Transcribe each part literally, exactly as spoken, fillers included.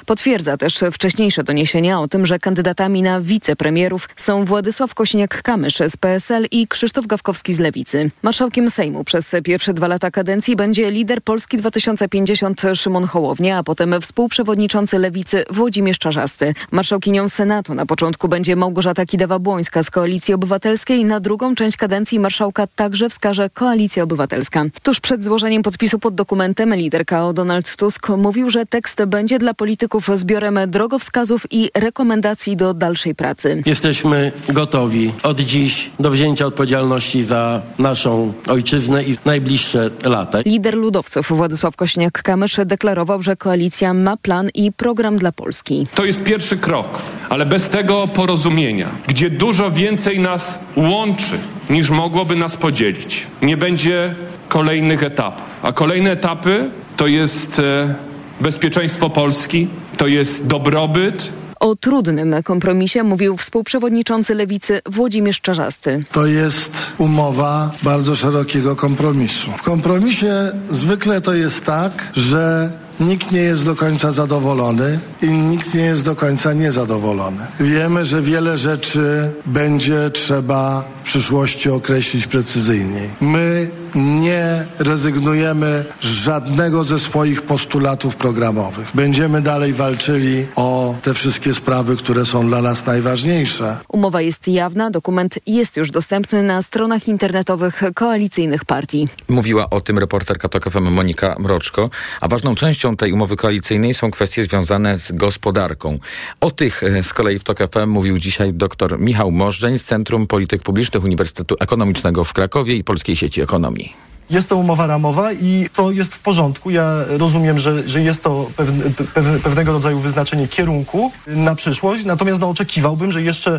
Potwierdza też wcześniejsze doniesienia o tym, że kandydatami na wicepremierów są Władysław Kosiniak-Kamysz z P S L i Krzysztof Gawkowski z Lewicy. Marszałkiem Sejmu przez pierwsze dwa lata kadencji będzie lider Polski dwa tysiące pięćdziesiąt Szymon Hołownia, a potem współprzewodniczący Lewicy Włodzimierz Czarzasty. Marszałkinią Senatu na początku będzie Małgorzata Kidawa-Błońska z Koalicji Obywatelskiej. Na drugą część kadencji marszałka także wskaże Koalicja Obywatelska. Tuż przed złożeniem podpisu pod dokumentem lider K O Donald Tusk mówił, że tekst będzie dla polityków zbiorem drogowskazów i rekomendacji do dalszej pracy. Jesteśmy gotowi od dziś do wzięcia odpowiedzialności za naszą ojczyznę i najbliższe lata. Lider ludowców Władysław Kosiniak-Kamysz deklarował, że koalicja ma plan i program dla Polski. To jest pierwszy krok, ale bez tego porozumienia, gdzie dużo więcej nas łączy niż mogłoby nas podzielić, nie będzie kolejnych etapów. A kolejne etapy to jest e, bezpieczeństwo Polski, to jest dobrobyt. O trudnym kompromisie mówił współprzewodniczący Lewicy Włodzimierz Czarzasty. To jest umowa bardzo szerokiego kompromisu. W kompromisie zwykle to jest tak, że nikt nie jest do końca zadowolony i nikt nie jest do końca niezadowolony. Wiemy, że wiele rzeczy będzie trzeba w przyszłości określić precyzyjniej. My nie rezygnujemy z żadnego ze swoich postulatów programowych. Będziemy dalej walczyli o te wszystkie sprawy, które są dla nas najważniejsze. Umowa jest jawna, dokument jest już dostępny na stronach internetowych koalicyjnych partii. Mówiła o tym reporterka Tok F M Monika Mroczko, a ważną częścią tej umowy koalicyjnej są kwestie związane z gospodarką. O tych z kolei w Tok F M mówił dzisiaj dr Michał Możdżeń z Centrum Polityk Publicznych Uniwersytetu Ekonomicznego w Krakowie i Polskiej Sieci Ekonomii. Jest to umowa ramowa i to jest w porządku. Ja rozumiem, że, że jest to pewne, pewne, pewnego rodzaju wyznaczenie kierunku na przyszłość, natomiast no, oczekiwałbym, że jeszcze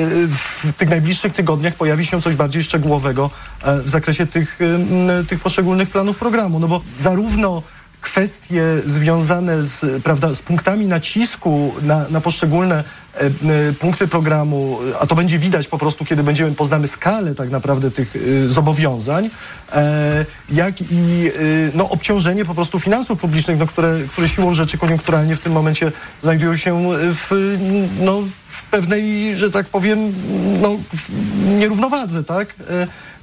w tych najbliższych tygodniach pojawi się coś bardziej szczegółowego w zakresie tych, tych poszczególnych planów programu. No bo zarówno kwestie związane z, prawda, z punktami nacisku na, na poszczególne e, e, punkty programu, a to będzie widać po prostu, kiedy będziemy poznamy skalę tak naprawdę tych e, zobowiązań, e, jak i e, no, obciążenie po prostu finansów publicznych, no, które, które siłą rzeczy koniunkturalnie w tym momencie znajdują się w, no, w pewnej, że tak powiem, no, nierównowadze, tak? E,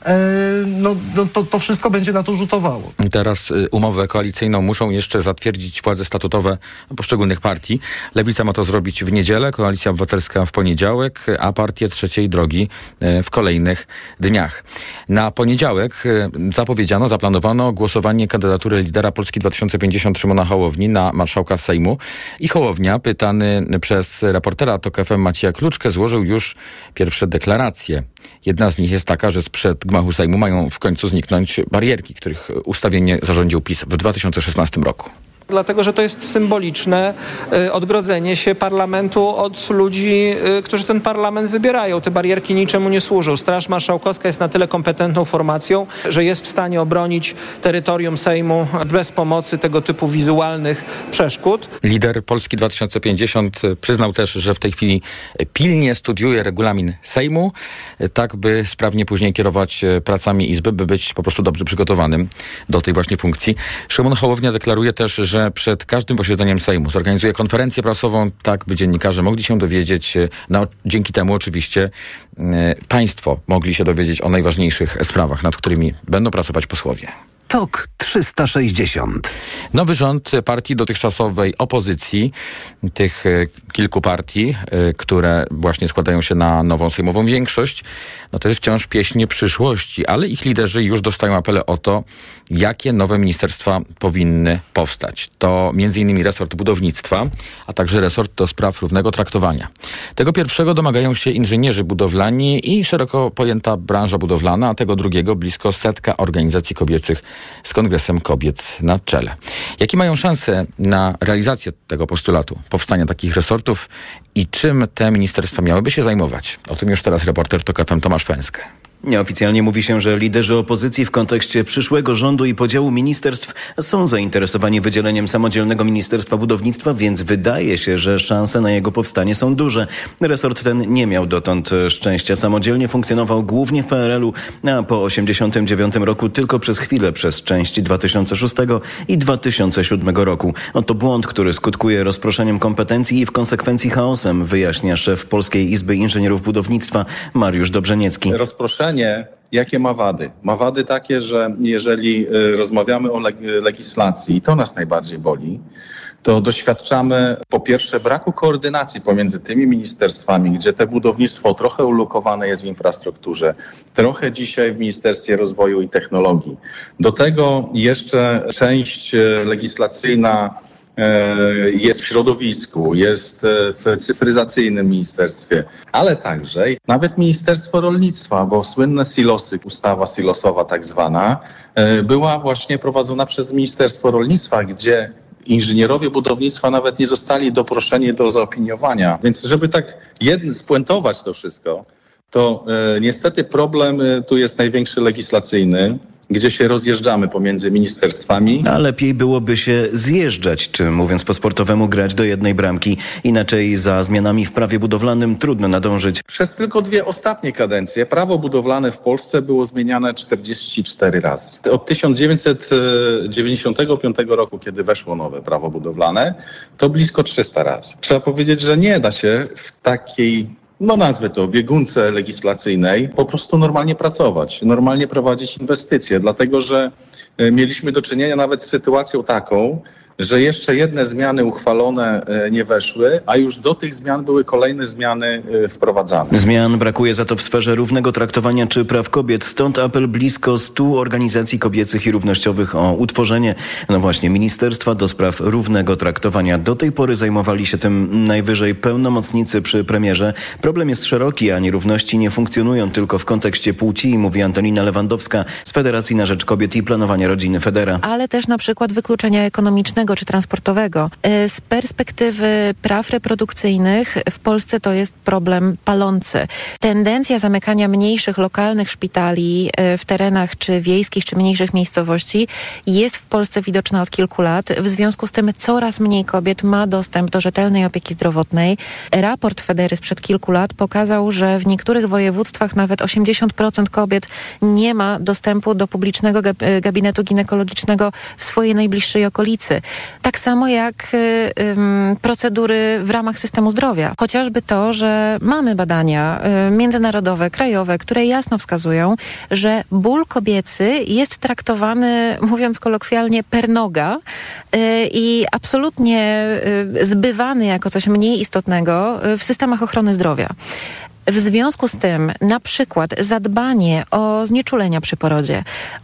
No, no to, to wszystko będzie na to rzutowało. Teraz y, umowę koalicyjną muszą jeszcze zatwierdzić władze statutowe poszczególnych partii. Lewica ma to zrobić w niedzielę, Koalicja Obywatelska w poniedziałek, a partie trzeciej drogi y, w kolejnych dniach. Na poniedziałek y, zapowiedziano, zaplanowano głosowanie kandydatury lidera Polski dwa tysiące pięćdziesiąt Szymona Hołowni na marszałka Sejmu i Hołownia, pytany przez reportera Tok F M Macieja Kluczkę, złożył już pierwsze deklaracje. Jedna z nich jest taka, że sprzed gmachu Sejmu mają w końcu zniknąć barierki, których ustawienie zarządził PiS w dwa tysiące szesnastym roku. Dlatego, że to jest symboliczne y, odgrodzenie się parlamentu od ludzi, y, którzy ten parlament wybierają. Te barierki niczemu nie służą. Straż Marszałkowska jest na tyle kompetentną formacją, że jest w stanie obronić terytorium Sejmu bez pomocy tego typu wizualnych przeszkód. Lider Polski dwa tysiące pięćdziesiąt przyznał też, że w tej chwili pilnie studiuje regulamin Sejmu, tak by sprawnie później kierować pracami Izby, by być po prostu dobrze przygotowanym do tej właśnie funkcji. Szymon Hołownia deklaruje też, że że przed każdym posiedzeniem Sejmu zorganizuje konferencję prasową, tak by dziennikarze mogli się dowiedzieć, no, dzięki temu oczywiście e, państwo mogli się dowiedzieć o najważniejszych sprawach, nad którymi będą pracować posłowie. Tok trzysta sześćdziesiąt. Nowy rząd partii dotychczasowej opozycji, tych e, kilku partii, e, które właśnie składają się na nową sejmową większość, no to jest wciąż pieśń przyszłości, ale ich liderzy już dostają apele o to, jakie nowe ministerstwa powinny powstać. To między innymi resort budownictwa, a także resort do spraw równego traktowania. Tego pierwszego domagają się inżynierzy budowlani i szeroko pojęta branża budowlana, a tego drugiego blisko setka organizacji kobiecych z Kongresem Kobiet na czele. Jakie mają szanse na realizację tego postulatu, powstania takich resortów i czym te ministerstwa miałyby się zajmować? O tym już teraz reporter Tok F M Tomasz Fęskę. Nieoficjalnie mówi się, że liderzy opozycji w kontekście przyszłego rządu i podziału ministerstw są zainteresowani wydzieleniem samodzielnego Ministerstwa Budownictwa, więc wydaje się, że szanse na jego powstanie są duże. Resort ten nie miał dotąd szczęścia. Samodzielnie funkcjonował głównie w P R L-u, a po osiemdziesiątym dziewiątym roku tylko przez chwilę przez część dwa tysiące szóstego i dwa tysiące siódmego roku. Oto błąd, który skutkuje rozproszeniem kompetencji i w konsekwencji chaosem, wyjaśnia szef Polskiej Izby Inżynierów Budownictwa Mariusz Dobrzeniecki. Rozproszenie jakie ma wady? Ma wady takie, że jeżeli rozmawiamy o legislacji, i to nas najbardziej boli, to doświadczamy po pierwsze braku koordynacji pomiędzy tymi ministerstwami, gdzie te budownictwo trochę ulokowane jest w infrastrukturze, trochę dzisiaj w Ministerstwie Rozwoju i Technologii. Do tego jeszcze część legislacyjna jest w środowisku, jest w cyfryzacyjnym ministerstwie, ale także nawet Ministerstwo Rolnictwa, bo słynne silosy, ustawa silosowa tak zwana, była właśnie prowadzona przez Ministerstwo Rolnictwa, gdzie inżynierowie budownictwa nawet nie zostali doproszeni do zaopiniowania. Więc żeby tak jedno spuentować to wszystko, to e, niestety problem e, tu jest największy legislacyjny, gdzie się rozjeżdżamy pomiędzy ministerstwami. A lepiej byłoby się zjeżdżać, czy mówiąc po sportowemu grać do jednej bramki. Inaczej za zmianami w prawie budowlanym trudno nadążyć. Przez tylko dwie ostatnie kadencje prawo budowlane w Polsce było zmieniane czterdzieści cztery razy. Od tysiąc dziewięćset dziewięćdziesiątego piątego roku, kiedy weszło nowe prawo budowlane, to blisko trzysta razy. Trzeba powiedzieć, że nie da się w takiej no nazwę to, biegunce legislacyjnej, po prostu normalnie pracować, normalnie prowadzić inwestycje, dlatego że mieliśmy do czynienia nawet z sytuacją taką, że jeszcze jedne zmiany uchwalone nie weszły, a już do tych zmian były kolejne zmiany wprowadzane. Zmian brakuje za to w sferze równego traktowania czy praw kobiet. Stąd apel blisko stu organizacji kobiecych i równościowych o utworzenie, no właśnie, Ministerstwa do Spraw Równego Traktowania. Do tej pory zajmowali się tym najwyżej pełnomocnicy przy premierze. Problem jest szeroki, a nierówności nie funkcjonują tylko w kontekście płci, mówi Antonina Lewandowska z Federacji na Rzecz Kobiet i Planowania Rodziny Federa. Ale też na przykład wykluczenia ekonomicznego czy transportowego. Z perspektywy praw reprodukcyjnych w Polsce to jest problem palący. Tendencja zamykania mniejszych, lokalnych szpitali w terenach czy wiejskich, czy mniejszych miejscowości jest w Polsce widoczna od kilku lat. W związku z tym coraz mniej kobiet ma dostęp do rzetelnej opieki zdrowotnej. Raport Federy sprzed kilku lat pokazał, że w niektórych województwach nawet osiemdziesiąt procent kobiet nie ma dostępu do publicznego gabinetu ginekologicznego w swojej najbliższej okolicy. Tak samo jak y, y, procedury w ramach systemu zdrowia. Chociażby to, że mamy badania y, międzynarodowe, krajowe, które jasno wskazują, że ból kobiecy jest traktowany, mówiąc kolokwialnie, per noga y, i absolutnie y, zbywany jako coś mniej istotnego y, w systemach ochrony zdrowia. W związku z tym na przykład zadbanie o znieczulenia przy porodzie,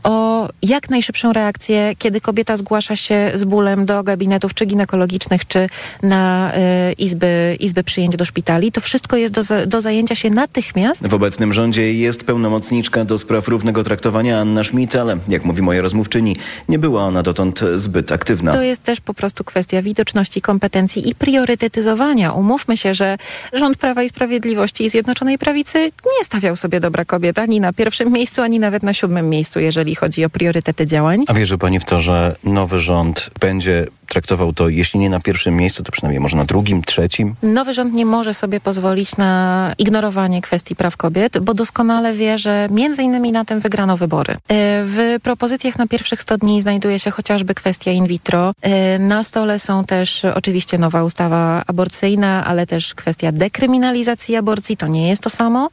o jak najszybszą reakcję, kiedy kobieta zgłasza się z bólem do gabinetów czy ginekologicznych, czy na y, izby, izby przyjęć do szpitali, to wszystko jest do, do zajęcia się natychmiast. W obecnym rządzie jest pełnomocniczka do spraw równego traktowania Anna Schmidt, ale jak mówi moja rozmówczyni, nie była ona dotąd zbyt aktywna. To jest też po prostu kwestia widoczności, kompetencji i priorytetyzowania. Umówmy się, że rząd Prawa i Sprawiedliwości i Zjednoczonej Prawicy nie stawiał sobie dobra kobiet ani na pierwszym miejscu, ani nawet na siódmym miejscu, jeżeli chodzi o priorytety działań. A wierzy pani w to, że nowy rząd będzie traktował to, jeśli nie na pierwszym miejscu, to przynajmniej może na drugim, trzecim? Nowy rząd nie może sobie pozwolić na ignorowanie kwestii praw kobiet, bo doskonale wie, że między innymi na tym wygrano wybory. W propozycjach na pierwszych sto dni znajduje się chociażby kwestia in vitro. Na stole są też oczywiście nowa ustawa aborcyjna, ale też kwestia dekryminalizacji aborcji. To nie jest to samo.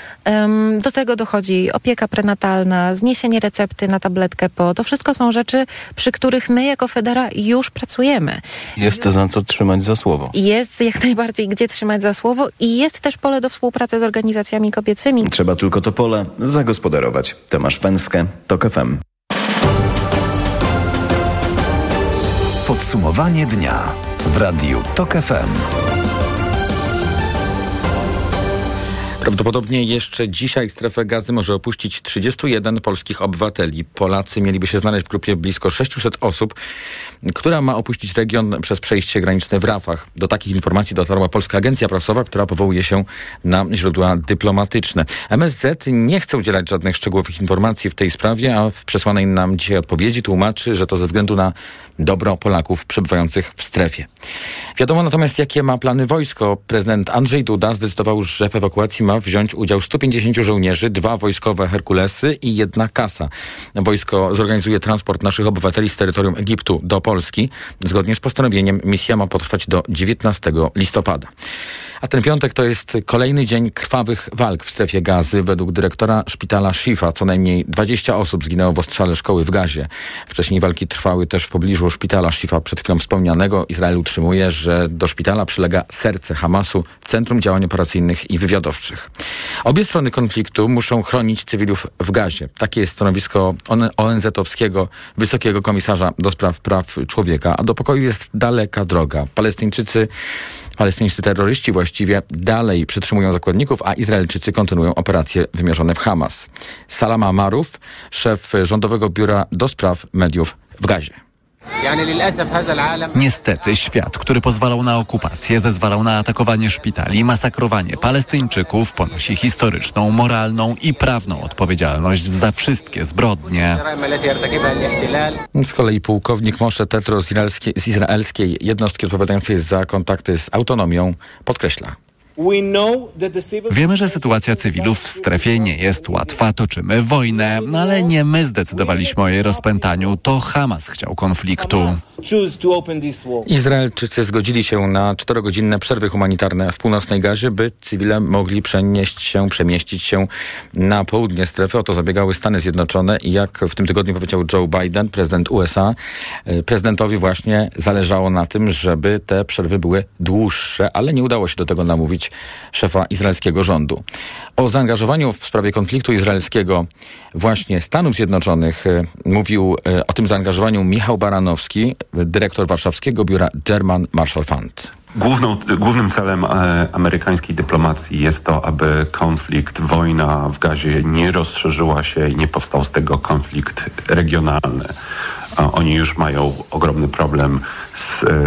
Do tego dochodzi opieka prenatalna, zniesienie recepty na tabletkę po. To wszystko są rzeczy, przy których my jako Federa już pracujemy. Jest za co trzymać za słowo. Jest jak najbardziej gdzie trzymać za słowo i jest też pole do współpracy z organizacjami kobiecymi. Trzeba tylko to pole zagospodarować. Tomasz Węskę, TOK F M. Podsumowanie dnia w Radiu TOK F M. Prawdopodobnie jeszcze dzisiaj strefę Gazy może opuścić trzydziestu jeden polskich obywateli. Polacy mieliby się znaleźć w grupie blisko sześciuset osób, która ma opuścić region przez przejście graniczne w Rafah. Do takich informacji dotarła Polska Agencja Prasowa, która powołuje się na źródła dyplomatyczne. M S Z nie chce udzielać żadnych szczegółowych informacji w tej sprawie, a w przesłanej nam dzisiaj odpowiedzi tłumaczy, że to ze względu na dobro Polaków przebywających w strefie. Wiadomo natomiast, jakie ma plany wojsko. Prezydent Andrzej Duda zdecydował, że w ewakuacji ma wziąć udział stu pięćdziesięciu żołnierzy, dwa wojskowe Herkulesy i jedna kasa. Wojsko zorganizuje transport naszych obywateli z terytorium Egiptu do Polski. Zgodnie z postanowieniem misja ma potrwać do dziewiętnastego listopada. A ten piątek to jest kolejny dzień krwawych walk w strefie Gazy. Według dyrektora szpitala Shifa co najmniej dwadzieścia osób zginęło w ostrzale szkoły w Gazie. Wcześniej walki trwały też w pobliżu szpitala Shifa przed chwilą wspomnianego. Izrael utrzymuje, że do szpitala przylega serce Hamasu, Centrum Działań Operacyjnych i Wywiadowczych. Obie strony konfliktu muszą chronić cywilów w Gazie. Takie jest stanowisko O N Z-owskiego Wysokiego Komisarza do Spraw Praw Człowieka, a do pokoju jest daleka droga. Palestyńczycy Palestyńscy terroryści właściwie dalej przetrzymują zakładników, a Izraelczycy kontynuują operacje wymierzone w Hamas. Salama Maruf, szef Rządowego Biura do Spraw Mediów w Gazie. Niestety świat, który pozwalał na okupację, zezwalał na atakowanie szpitali, masakrowanie Palestyńczyków, ponosi historyczną, moralną i prawną odpowiedzialność za wszystkie zbrodnie. Z kolei pułkownik Moshe Tetro z izraelskiej, z izraelskiej jednostki odpowiadającej za kontakty z autonomią podkreśla. Wiemy, że sytuacja cywilów w strefie nie jest łatwa. Toczymy wojnę, no ale nie my zdecydowaliśmy o jej rozpętaniu. To Hamas chciał konfliktu. Izraelczycy zgodzili się na czterogodzinne przerwy humanitarne w północnej Gazie, by cywile mogli przenieść się, przemieścić się na południe strefy. O to zabiegały Stany Zjednoczone i jak w tym tygodniu powiedział Joe Biden, prezydent U S A, prezydentowi właśnie zależało na tym, żeby te przerwy były dłuższe, ale nie udało się do tego namówić szefa izraelskiego rządu. O zaangażowaniu w sprawie konfliktu izraelskiego właśnie Stanów Zjednoczonych mówił o tym zaangażowaniu Michał Baranowski, dyrektor warszawskiego biura German Marshall Fund. Główną, głównym celem e, amerykańskiej dyplomacji jest to, aby konflikt, wojna w Gazie nie rozszerzyła się i nie powstał z tego konflikt regionalny. E, oni już mają ogromny problem z e,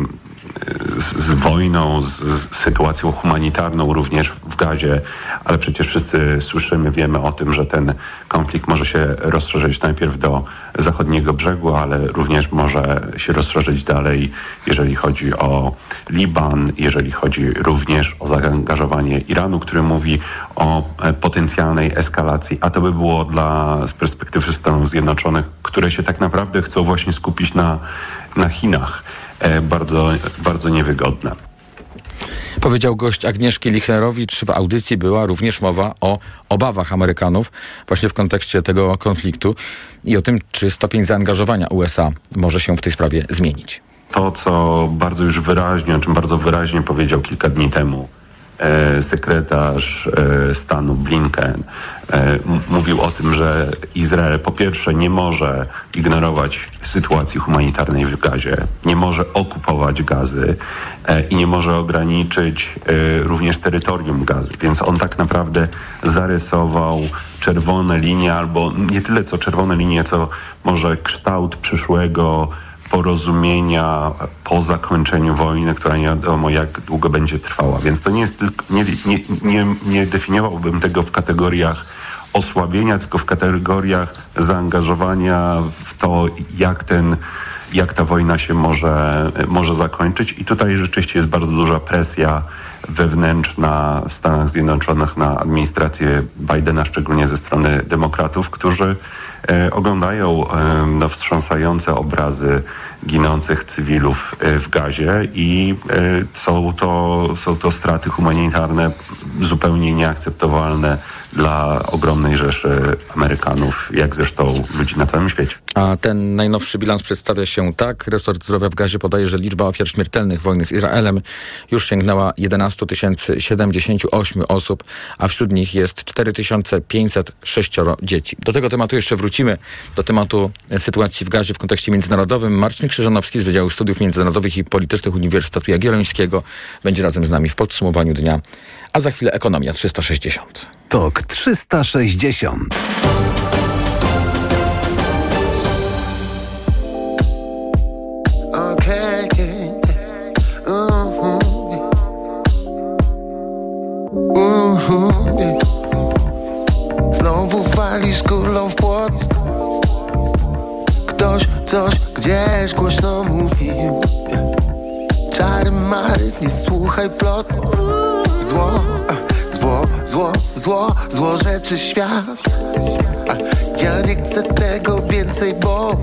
Z, z wojną, z, z sytuacją humanitarną również w Gazie, ale przecież wszyscy słyszymy, wiemy o tym, że ten konflikt może się rozszerzyć najpierw do zachodniego brzegu, ale również może się rozszerzyć dalej, jeżeli chodzi o Liban, jeżeli chodzi również o zaangażowanie Iranu, który mówi o potencjalnej eskalacji, a to by było dla, z perspektywy Stanów Zjednoczonych, które się tak naprawdę chcą właśnie skupić na, na Chinach, bardzo, bardzo niewygodne. Powiedział gość Agnieszki Lichnerowicz. W audycji była również mowa o obawach Amerykanów właśnie w kontekście tego konfliktu i o tym, czy stopień zaangażowania U S A może się w tej sprawie zmienić. To, co bardzo już wyraźnie, o czym bardzo wyraźnie powiedział kilka dni temu e, sekretarz e, stanu Blinken, e, m- mówił o tym, że Izrael po pierwsze nie może ignorować sytuacji humanitarnej w Gazie, nie może okupować Gazy e, i nie może ograniczyć e, również terytorium Gazy. Więc on tak naprawdę zarysował czerwone linie, albo nie tyle co czerwone linie, co może kształt przyszłego porozumienia po zakończeniu wojny, która nie wiadomo jak długo będzie trwała. Więc to nie jest tylko, nie, nie, nie, nie definiowałbym tego w kategoriach osłabienia, tylko w kategoriach zaangażowania w to, jak ten, jak ta wojna się może, może zakończyć. I tutaj rzeczywiście jest bardzo duża presja wewnętrzna w Stanach Zjednoczonych na administrację Bidena, szczególnie ze strony demokratów, którzy e, oglądają e, no, wstrząsające obrazy ginących cywilów e, w Gazie i e, są to, są to straty humanitarne zupełnie nieakceptowalne dla ogromnej rzeszy Amerykanów, jak zresztą ludzi na całym świecie. A ten najnowszy bilans przedstawia się tak. Resort Zdrowia w Gazie podaje, że liczba ofiar śmiertelnych wojny z Izraelem już sięgnęła jedenaście tysięcy siedemdziesiąt osiem osób, a wśród nich jest cztery tysiące pięćset sześć dzieci. Do tego tematu jeszcze wrócimy, do tematu sytuacji w Gazie w kontekście międzynarodowym. Marcin Krzyżanowski z Wydziału Studiów Międzynarodowych i Politycznych Uniwersytetu Jagiellońskiego będzie razem z nami w podsumowaniu dnia, a za chwilę Ekonomia trzysta sześćdziesiąt. Tok trzysta sześćdziesiąt. Okay, uh-huh. Uh-huh, yeah. Znowu walisz kulą w płot. Ktoś coś gdzieś głośno mówił. Czary mary, nie słuchaj plot. Zło, zło, zło, zło, zło rzeczy świat. Ja nie chcę tego więcej, bo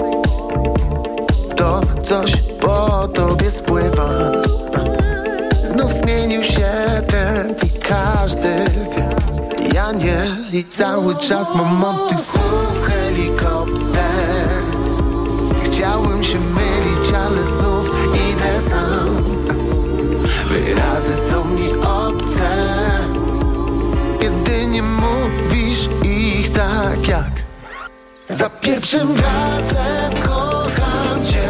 to coś po tobie spływa. Znów zmienił się trend i każdy wie. Ja nie i cały czas mam od tych słów helikopter. Chciałem się mylić, ale znów idę sam. Wyrazy są mi obce. Jedynie mówisz ich tak jak za pierwszym razem kocham cię.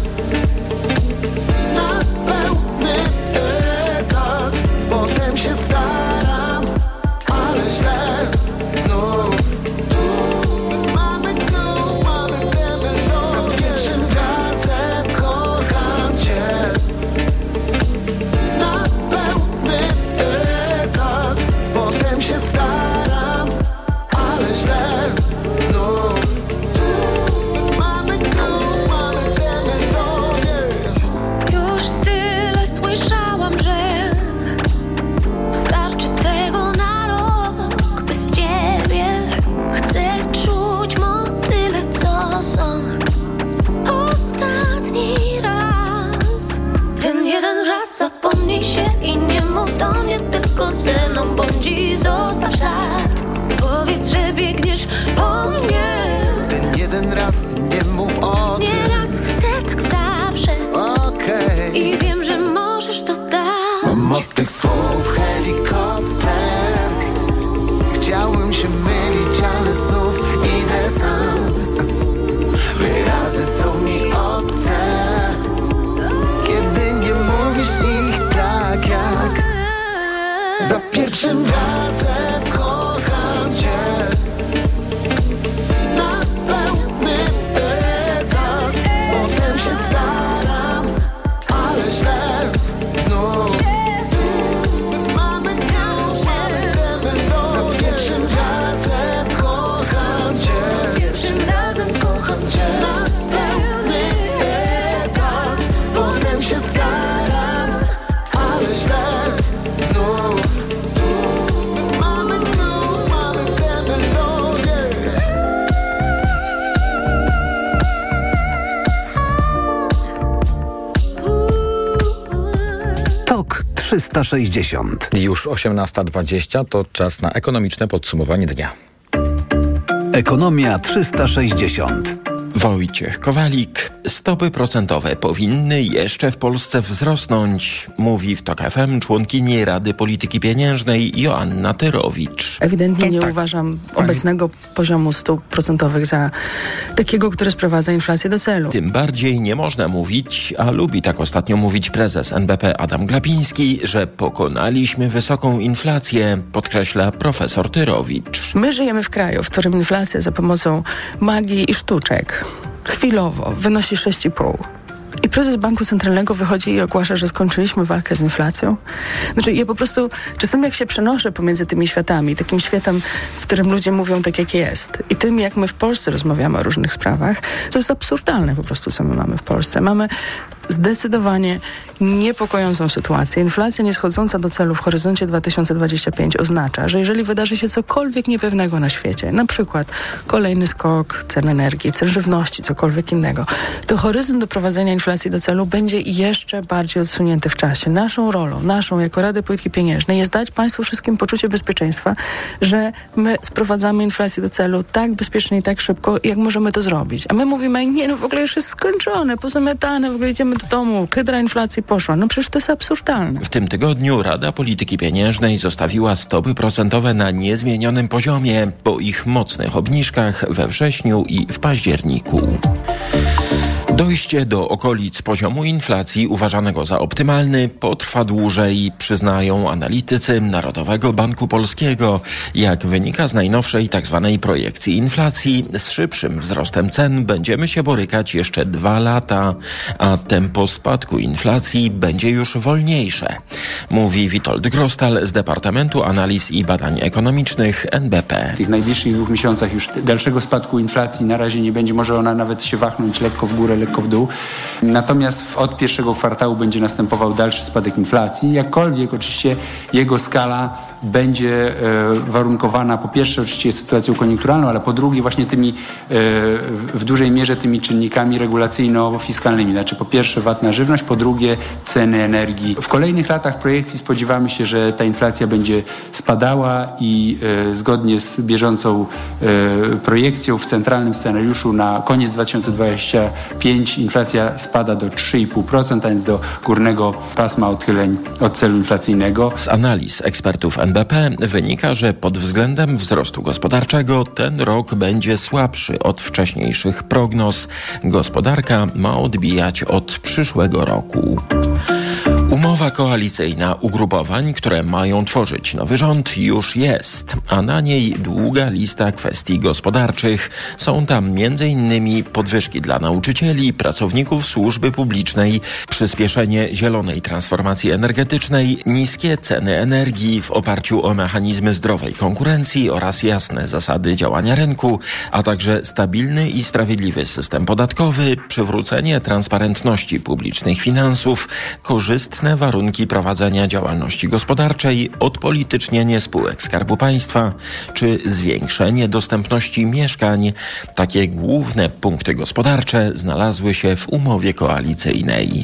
Na pełny etat. Potem się staram, ale źle. Znów tu mamy tu, mamy demelo. Za pierwszym razem kocham cię. Na pełny etat. Potem się staram, ale źle. Znów tu mamy tu, mamy demelo. Już tyle słyszałam, że starczy tego na rok bez ciebie. Chcę czuć motyle, co są ostatni raz. Ten jeden raz zapomnij się i nie mów do mnie, tylko ze mną bądź i zostaw ślad. Powiedz, że biegniesz po mnie. Ten jeden raz nie mów o tym. Nieraz chcę tak zawsze. Okej. Okay. I wiem, że możesz to dać. Mam od tych słów helikopter. Chciałem się mylić, ale znów idę sam. Wyrazy są mi obce. Kiedy nie mówisz ich tak jak za pierwszym razem kocham cię. Na pełny etat. Potem się staram, ale źle. Znów tu mamy tu, mamy demelo. Za pierwszym razem kocham cię. Za pierwszym razem kocham cię. Na pełny etat. Potem się staram, ale źle. Znów tu mamy tu, mamy demelo. Tok trzysta sześćdziesiąt. Już osiemnasta dwadzieścia to czas na ekonomiczne podsumowanie dnia. Ekonomia trzysta sześćdziesiąt. Wojciech Kowalik. Stopy procentowe powinny jeszcze w Polsce wzrosnąć, mówi w Tok F M członkini Rady Polityki Pieniężnej Joanna Tyrowicz. Ewidentnie nie tak. uważam obecnego poziomu stóp procentowych za takiego, który sprowadza inflację do celu. Tym bardziej nie można mówić, a lubi tak ostatnio mówić prezes N B P Adam Glapiński, że pokonaliśmy wysoką inflację, podkreśla profesor Tyrowicz. My żyjemy w kraju, w którym inflacja za pomocą magii i sztuczek chwilowo wynosi sześć i pół. I prezes Banku Centralnego wychodzi i ogłasza, że skończyliśmy walkę z inflacją. Znaczy ja po prostu czasem jak się przenoszę pomiędzy tymi światami, takim światem, w którym ludzie mówią tak jak jest i tym jak my w Polsce rozmawiamy o różnych sprawach, to jest absurdalne po prostu, co my mamy w Polsce. Mamy zdecydowanie niepokojącą sytuację. Inflacja nieschodząca do celu w horyzoncie dwa tysiące dwudziestym piątym oznacza, że jeżeli wydarzy się cokolwiek niepewnego na świecie, na przykład kolejny skok cen energii, cen żywności, cokolwiek innego, to horyzont doprowadzenia inflacji do celu będzie jeszcze bardziej odsunięty w czasie. Naszą rolą, naszą jako Rady Polityki Pieniężnej jest dać Państwu wszystkim poczucie bezpieczeństwa, że my sprowadzamy inflację do celu tak bezpiecznie i tak szybko, jak możemy to zrobić. A my mówimy, nie, no w ogóle już jest skończone, pozamiatane, w ogóle idziemy do domu, hydra inflacji poszła. No przecież to jest absurdalne. W tym tygodniu Rada Polityki Pieniężnej zostawiła stopy procentowe na niezmienionym poziomie po ich mocnych obniżkach we wrześniu i w październiku. Dojście do okolic poziomu inflacji uważanego za optymalny potrwa dłużej, przyznają analitycy Narodowego Banku Polskiego. Jak wynika z najnowszej tzw. projekcji inflacji, z szybszym wzrostem cen będziemy się borykać jeszcze dwa lata, a tempo spadku inflacji będzie już wolniejsze, mówi Witold Grostal z Departamentu Analiz i Badań Ekonomicznych N B P. W tych najbliższych dwóch miesiącach już dalszego spadku inflacji na razie nie będzie, może ona nawet się wahchnąć lekko w górę, lekko w dół. Natomiast od pierwszego kwartału będzie następował dalszy spadek inflacji. Jakkolwiek oczywiście jego skala będzie e, warunkowana po pierwsze oczywiście sytuacją koniunkturalną, ale po drugie właśnie tymi e, w dużej mierze tymi czynnikami regulacyjno-fiskalnymi. Znaczy po pierwsze V A T na żywność, po drugie ceny energii. W kolejnych latach projekcji spodziewamy się, że ta inflacja będzie spadała i e, zgodnie z bieżącą e, projekcją w centralnym scenariuszu na koniec dwa tysiące dwudziestego piątego inflacja spada do trzy i pół procent, a więc do górnego pasma odchyleń od celu inflacyjnego. Z analiz ekspertów N B P wynika, że pod względem wzrostu gospodarczego ten rok będzie słabszy od wcześniejszych prognoz. Gospodarka ma odbijać od przyszłego roku. Umowa koalicyjna ugrupowań, które mają tworzyć nowy rząd, już jest, a na niej długa lista kwestii gospodarczych. Są tam między innymi podwyżki dla nauczycieli, pracowników służby publicznej, przyspieszenie zielonej transformacji energetycznej, niskie ceny energii w oparciu o mechanizmy zdrowej konkurencji oraz jasne zasady działania rynku, a także stabilny i sprawiedliwy system podatkowy, przywrócenie transparentności publicznych finansów, korzystne warunki prowadzenia działalności gospodarczej, odpolitycznienie spółek Skarbu Państwa czy zwiększenie dostępności mieszkań. Takie główne punkty gospodarcze znalazły się w umowie koalicyjnej.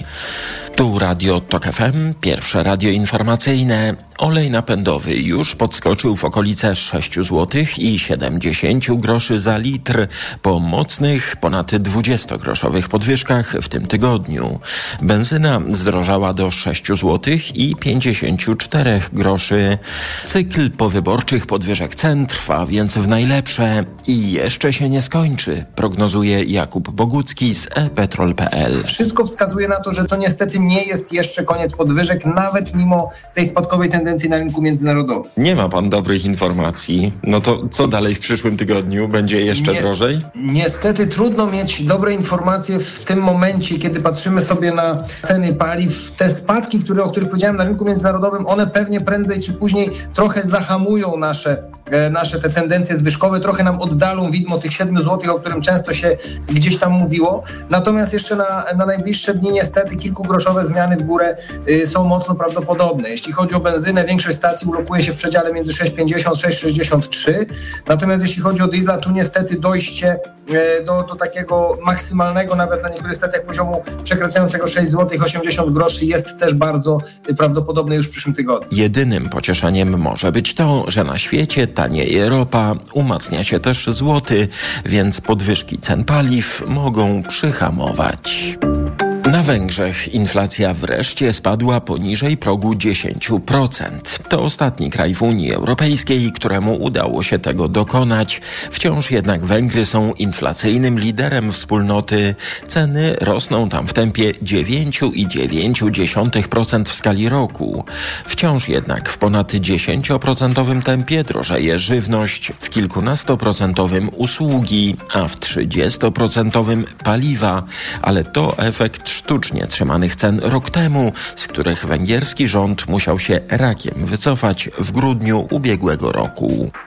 Tu Radio Tok F M, pierwsze radio informacyjne. Olej napędowy już podskoczył w okolice sześć złotych i siedemdziesiąt groszy za litr po mocnych, ponad dwudziestogroszowych podwyżkach w tym tygodniu. Benzyna zdrożała do sześć złotych i pięćdziesiąt cztery groszy. Cykl powyborczych podwyżek cen trwa więc w najlepsze i jeszcze się nie skończy, prognozuje Jakub Bogucki z e petrol kropka p l. Wszystko wskazuje na to, że to niestety nie jest jeszcze koniec podwyżek, nawet mimo tej spadkowej tendencji na rynku międzynarodowym. Nie ma pan dobrych informacji. No to co dalej w przyszłym tygodniu? Będzie jeszcze nie, drożej? Niestety trudno mieć dobre informacje w tym momencie, kiedy patrzymy sobie na ceny paliw. Te spadki, które, o których powiedziałem na rynku międzynarodowym, one pewnie prędzej czy później trochę zahamują nasze, e, nasze te tendencje zwyżkowe, trochę nam oddalą widmo tych siedmiu złotych, o którym często się gdzieś tam mówiło. Natomiast jeszcze na, na najbliższe dni niestety kilkugroszowe zmiany w górę y, są mocno prawdopodobne. Jeśli chodzi o benzynę, większość stacji ulokuje się w przedziale między sześć pięćdziesiąt a sześć sześćdziesiąt trzy. Natomiast jeśli chodzi o diesla, tu niestety dojście y, do, do takiego maksymalnego nawet na niektórych stacjach poziomu przekraczającego sześć złotych osiemdziesiąt groszy jest też bardzo y, prawdopodobne już w przyszłym tygodniu. Jedynym pocieszeniem może być to, że na świecie tanieje ropa, umacnia się też złoty, więc podwyżki cen paliw mogą przyhamować. Na Węgrzech inflacja wreszcie spadła poniżej progu dziesięć procent. To ostatni kraj w Unii Europejskiej, któremu udało się tego dokonać. Wciąż jednak Węgry są inflacyjnym liderem wspólnoty. Ceny rosną tam w tempie dziewięć przecinek dziewięć procent w skali roku. Wciąż jednak w ponad dziesięcioprocentowym tempie drożeje żywność, w kilkunastoprocentowym usługi, a w trzydziestoprocentowym paliwa. Ale to efekt sztucznie trzymanych cen rok temu, z których węgierski rząd musiał się rakiem wycofać w grudniu ubiegłego roku.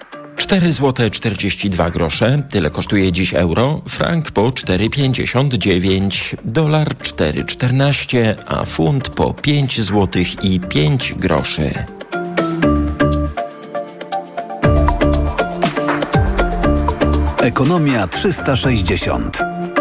cztery złote czterdzieści dwa grosze. Tyle kosztuje dziś euro. Frank po cztery pięćdziesiąt dziewięć. Dolar cztery czternaście, a funt po pięć złotych i pięć groszy. Ekonomia trzysta sześćdziesiąt.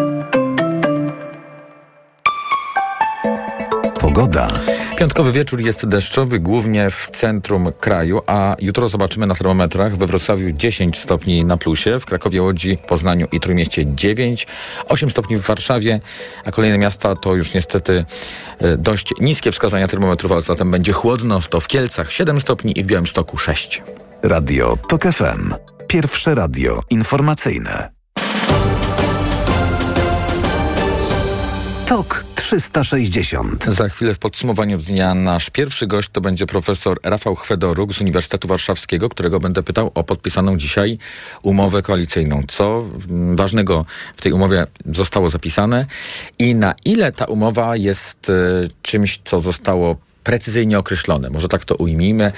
Pogoda. Piątkowy wieczór jest deszczowy, głównie w centrum kraju, a jutro zobaczymy na termometrach. We Wrocławiu dziesięć stopni na plusie, w Krakowie, Łodzi, Poznaniu i Trójmieście dziewięć, osiem stopni w Warszawie, a kolejne miasta to już niestety dość niskie wskazania termometrów, ale zatem będzie chłodno. To w Kielcach siedem stopni i w Białymstoku sześć. Radio TOK F M. Pierwsze radio informacyjne. TOK trzysta sześćdziesiąt. Za chwilę w podsumowaniu dnia nasz pierwszy gość to będzie profesor Rafał Chwedoruk z Uniwersytetu Warszawskiego, którego będę pytał o podpisaną dzisiaj umowę koalicyjną. Co ważnego w tej umowie zostało zapisane i na ile ta umowa jest y, czymś, co zostało precyzyjnie określone, może tak to ujmijmy,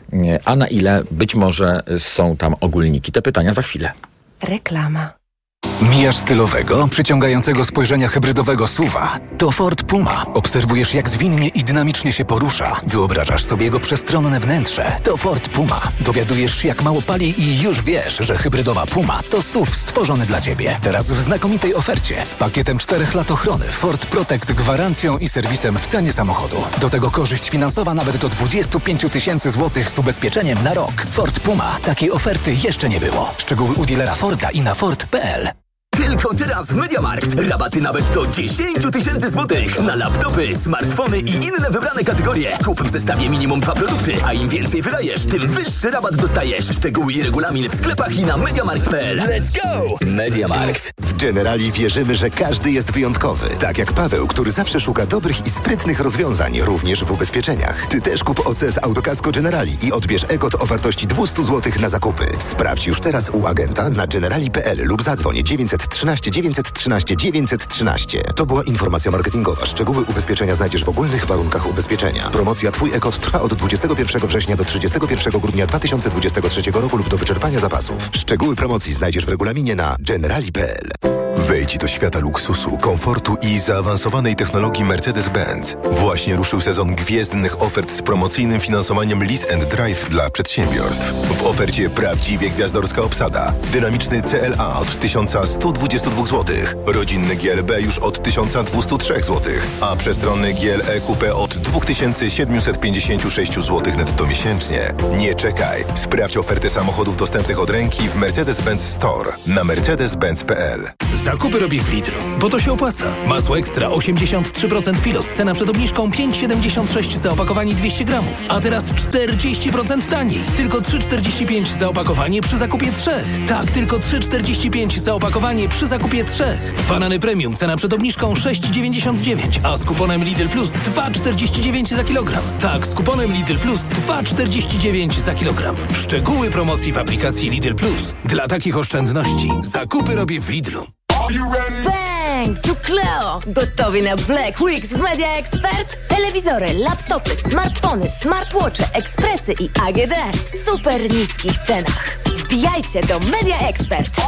a na ile być może są tam ogólniki. Te pytania za chwilę. Reklama. Mijasz stylowego, przyciągającego spojrzenia hybrydowego S U V-a. To Ford Puma. Obserwujesz, jak zwinnie i dynamicznie się porusza. Wyobrażasz sobie jego przestronne wnętrze. To Ford Puma. Dowiadujesz się, jak mało pali i już wiesz, że hybrydowa Puma to S U V stworzony dla Ciebie. Teraz w znakomitej ofercie z pakietem czterech lat ochrony, Ford Protect, gwarancją i serwisem w cenie samochodu. Do tego korzyść finansowa nawet do dwadzieścia pięć tysięcy złotych z ubezpieczeniem na rok. Ford Puma. Takiej oferty jeszcze nie było. Szczegóły u dealera Forda i na Ford kropka p l. Tylko teraz MediaMarkt. Rabaty nawet do dziesięć tysięcy złotych na laptopy, smartfony i inne wybrane kategorie. Kup w zestawie minimum dwa produkty, a im więcej wydajesz, tym wyższy rabat dostajesz. Szczegóły i regulamin w sklepach i na mediamarkt kropka p l. Let's go! MediaMarkt. W Generali wierzymy, że każdy jest wyjątkowy. Tak jak Paweł, który zawsze szuka dobrych i sprytnych rozwiązań, również w ubezpieczeniach. Ty też kup O C S Autokasko Generali i odbierz E-kod o wartości dwieście złotych na zakupy. Sprawdź już teraz u agenta na generali kropka p l lub zadzwoń dziewięćset trzynaście dziewięćset trzynaście dziewięćset trzynaście. To była informacja marketingowa. Szczegóły ubezpieczenia znajdziesz w ogólnych warunkach ubezpieczenia. Promocja Twój E-kod trwa od dwudziestego pierwszego września do trzydziestego pierwszego grudnia dwa tysiące dwudziestego trzeciego roku lub do wyczerpania zapasów. Szczegóły promocji znajdziesz w regulaminie na generali kropka p l. Wejdź do świata luksusu, komfortu i zaawansowanej technologii Mercedes-Benz. Właśnie ruszył sezon gwiezdnych ofert z promocyjnym finansowaniem Lease and Drive dla przedsiębiorstw. W ofercie prawdziwie gwiazdorska obsada. Dynamiczny C L A od tysiąc sto dwadzieścia dwa złotych. Rodzinny G L B już od tysiąc dwieście trzy złotych. A przestronny G L E Coupe od dwa tysiące siedemset pięćdziesiąt sześć złotych netto miesięcznie. Nie czekaj. Sprawdź ofertę samochodów dostępnych od ręki w Mercedes-Benz Store na mercedes benz kropka p l. Zakupy robię w Lidlu, bo to się opłaca. Masło ekstra osiemdziesiąt trzy procent Pilos, cena przed obniżką pięć siedemdziesiąt sześć za opakowanie dwieście gramów, a teraz czterdzieści procent taniej. Tylko trzy czterdzieści pięć za opakowanie przy zakupie trzech. Tak, tylko trzy czterdzieści pięć za opakowanie przy zakupie trzech. Banany premium, cena przed obniżką sześć dziewięćdziesiąt dziewięć, a z kuponem Lidl Plus dwa czterdzieści dziewięć za kilogram. Tak, z kuponem Lidl Plus dwa czterdzieści dziewięć za kilogram. Szczegóły promocji w aplikacji Lidl Plus. Dla takich oszczędności zakupy robię w Lidlu. Bang! Tu Cleo! Gotowi na Black Weeks w Media Expert? Telewizory, laptopy, smartfony, smartwatche, ekspresy i A G D w super niskich cenach. Wbijajcie do Media Expert!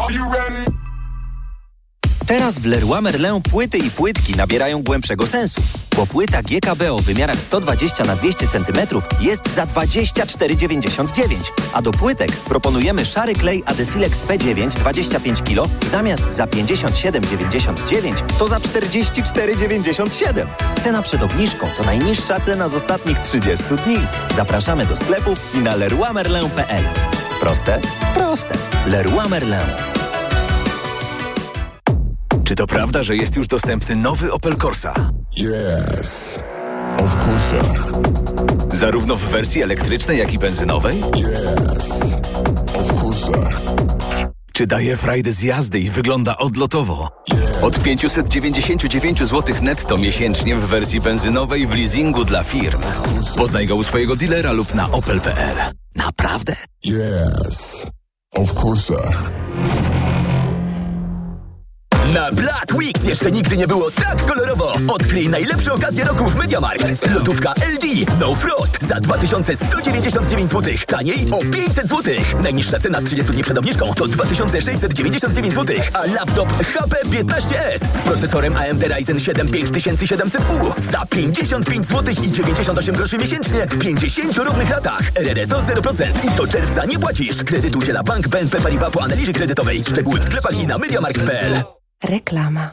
Teraz w Leroy Merlin płyty i płytki nabierają głębszego sensu, bo płyta G K B o wymiarach sto dwadzieścia na dwieście centymetrów jest za dwadzieścia cztery dziewięćdziesiąt dziewięć, a do płytek proponujemy szary klej Adesilex P dziewięć dwadzieścia pięć kilo zamiast za pięćdziesiąt siedem dziewięćdziesiąt dziewięć to za czterdzieści cztery dziewięćdziesiąt siedem. Cena przed obniżką to najniższa cena z ostatnich trzydziestu dni. Zapraszamy do sklepów i na leroy merlin kropka p l. Proste? Proste. Leroy Merlin. Czy to prawda, że jest już dostępny nowy Opel Corsa? Yes, of course. Zarówno w wersji elektrycznej, jak i benzynowej? Yes, of course. Czy daje frajdę z jazdy i wygląda odlotowo? Yes. Od pięćset dziewięćdziesiąt dziewięć złotych netto miesięcznie w wersji benzynowej w leasingu dla firm. Poznaj go u swojego dealera lub na opel kropka p l. Naprawdę? Yes, of course. Na Black Weeks jeszcze nigdy nie było tak kolorowo. Odkryj najlepsze okazje roku w MediaMarkt. Lodówka L G No Frost za dwa tysiące sto dziewięćdziesiąt dziewięć złotych. Taniej o pięćset złotych. Najniższa cena z trzydziestu dni przed obniżką to dwa tysiące sześćset dziewięćdziesiąt dziewięć złotych. A laptop H P piętnaście S z procesorem A M D Ryzen siedem pięć tysięcy siedemset U za pięćdziesiąt pięć złotych i dziewięćdziesiąt osiem groszy miesięcznie w pięćdziesięciu równych ratach. R R S O zero procent i do czerwca nie płacisz. Kredyt udziela Bank B N P Paribas po analizie kredytowej. Szczegóły w sklepach i na mediamarkt kropka p l. Reklama.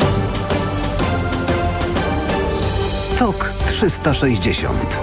Tok trzysta sześćdziesiąt.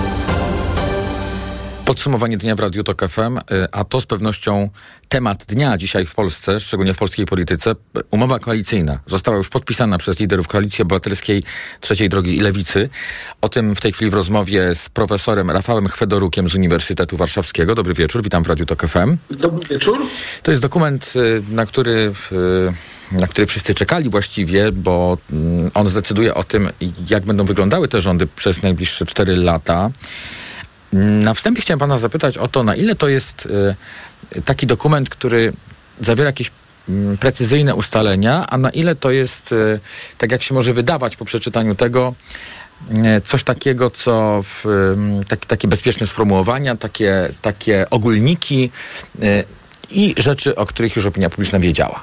Podsumowanie dnia w Radiu Tok F M, a to z pewnością temat dnia dzisiaj w Polsce, szczególnie w polskiej polityce. Umowa koalicyjna została już podpisana przez liderów Koalicji Obywatelskiej, Trzeciej Drogi i Lewicy. O tym w tej chwili w rozmowie z profesorem Rafałem Chwedorukiem z Uniwersytetu Warszawskiego. Dobry wieczór, witam w Radiu Tok F M. Dobry wieczór. To jest dokument, na który, na który wszyscy czekali właściwie, bo on zdecyduje o tym, jak będą wyglądały te rządy przez najbliższe cztery lata. Na wstępie chciałem pana zapytać o to, na ile to jest y, taki dokument, który zawiera jakieś y, precyzyjne ustalenia, a na ile to jest, y, tak jak się może wydawać po przeczytaniu tego, y, coś takiego, co w, y, taki, takie bezpieczne sformułowania, takie, takie ogólniki y, i rzeczy, o których już opinia publiczna wiedziała.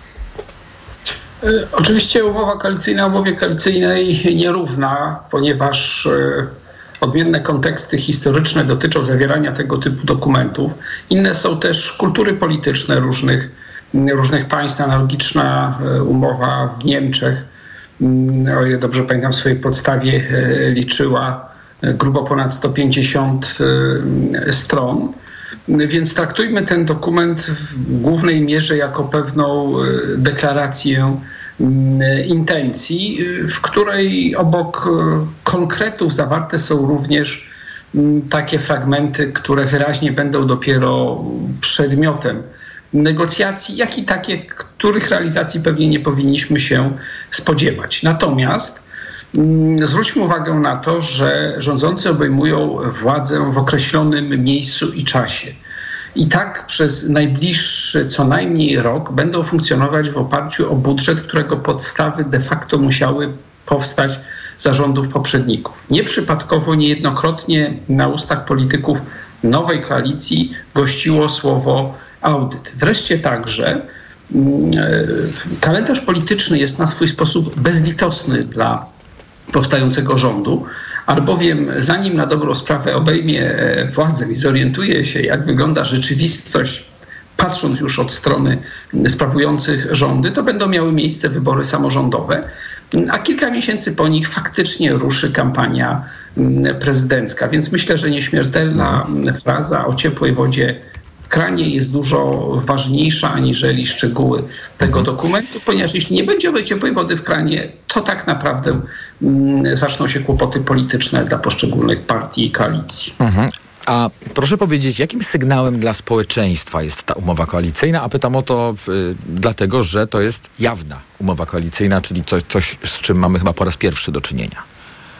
Y, oczywiście umowa koalicyjna umowie koalicyjnej nierówna, ponieważ y, odmienne konteksty historyczne dotyczą zawierania tego typu dokumentów. Inne są też kultury polityczne różnych, różnych państw. Analogiczna umowa w Niemczech, o ile dobrze pamiętam, w swojej podstawie liczyła grubo ponad sto pięćdziesiąt stron. Więc traktujmy ten dokument w głównej mierze jako pewną deklarację intencji, w której obok konkretów zawarte są również takie fragmenty, które wyraźnie będą dopiero przedmiotem negocjacji, jak i takie, których realizacji pewnie nie powinniśmy się spodziewać. Natomiast zwróćmy uwagę na to, że rządzący obejmują władzę w określonym miejscu i czasie. I tak przez najbliższy co najmniej rok będą funkcjonować w oparciu o budżet, którego podstawy de facto musiały powstać za rządów poprzedników. Nieprzypadkowo niejednokrotnie na ustach polityków nowej koalicji gościło słowo audyt. Wreszcie także kalendarz polityczny jest na swój sposób bezlitosny dla powstającego rządu, albowiem zanim na dobrą sprawę obejmie władzę i zorientuje się, jak wygląda rzeczywistość, patrząc już od strony sprawujących rządy, to będą miały miejsce wybory samorządowe, a kilka miesięcy po nich faktycznie ruszy kampania prezydencka. Więc myślę, że nieśmiertelna fraza o ciepłej wodzie w kranie jest dużo ważniejsza aniżeli szczegóły tego dokumentu, ponieważ jeśli nie będzie owej ciepłej wody w kranie, to tak naprawdę mm, zaczną się kłopoty polityczne dla poszczególnych partii i koalicji. Mhm. A proszę powiedzieć, jakim sygnałem dla społeczeństwa jest ta umowa koalicyjna? A pytam o to y, dlatego, że to jest jawna umowa koalicyjna, czyli coś, coś, z czym mamy chyba po raz pierwszy do czynienia.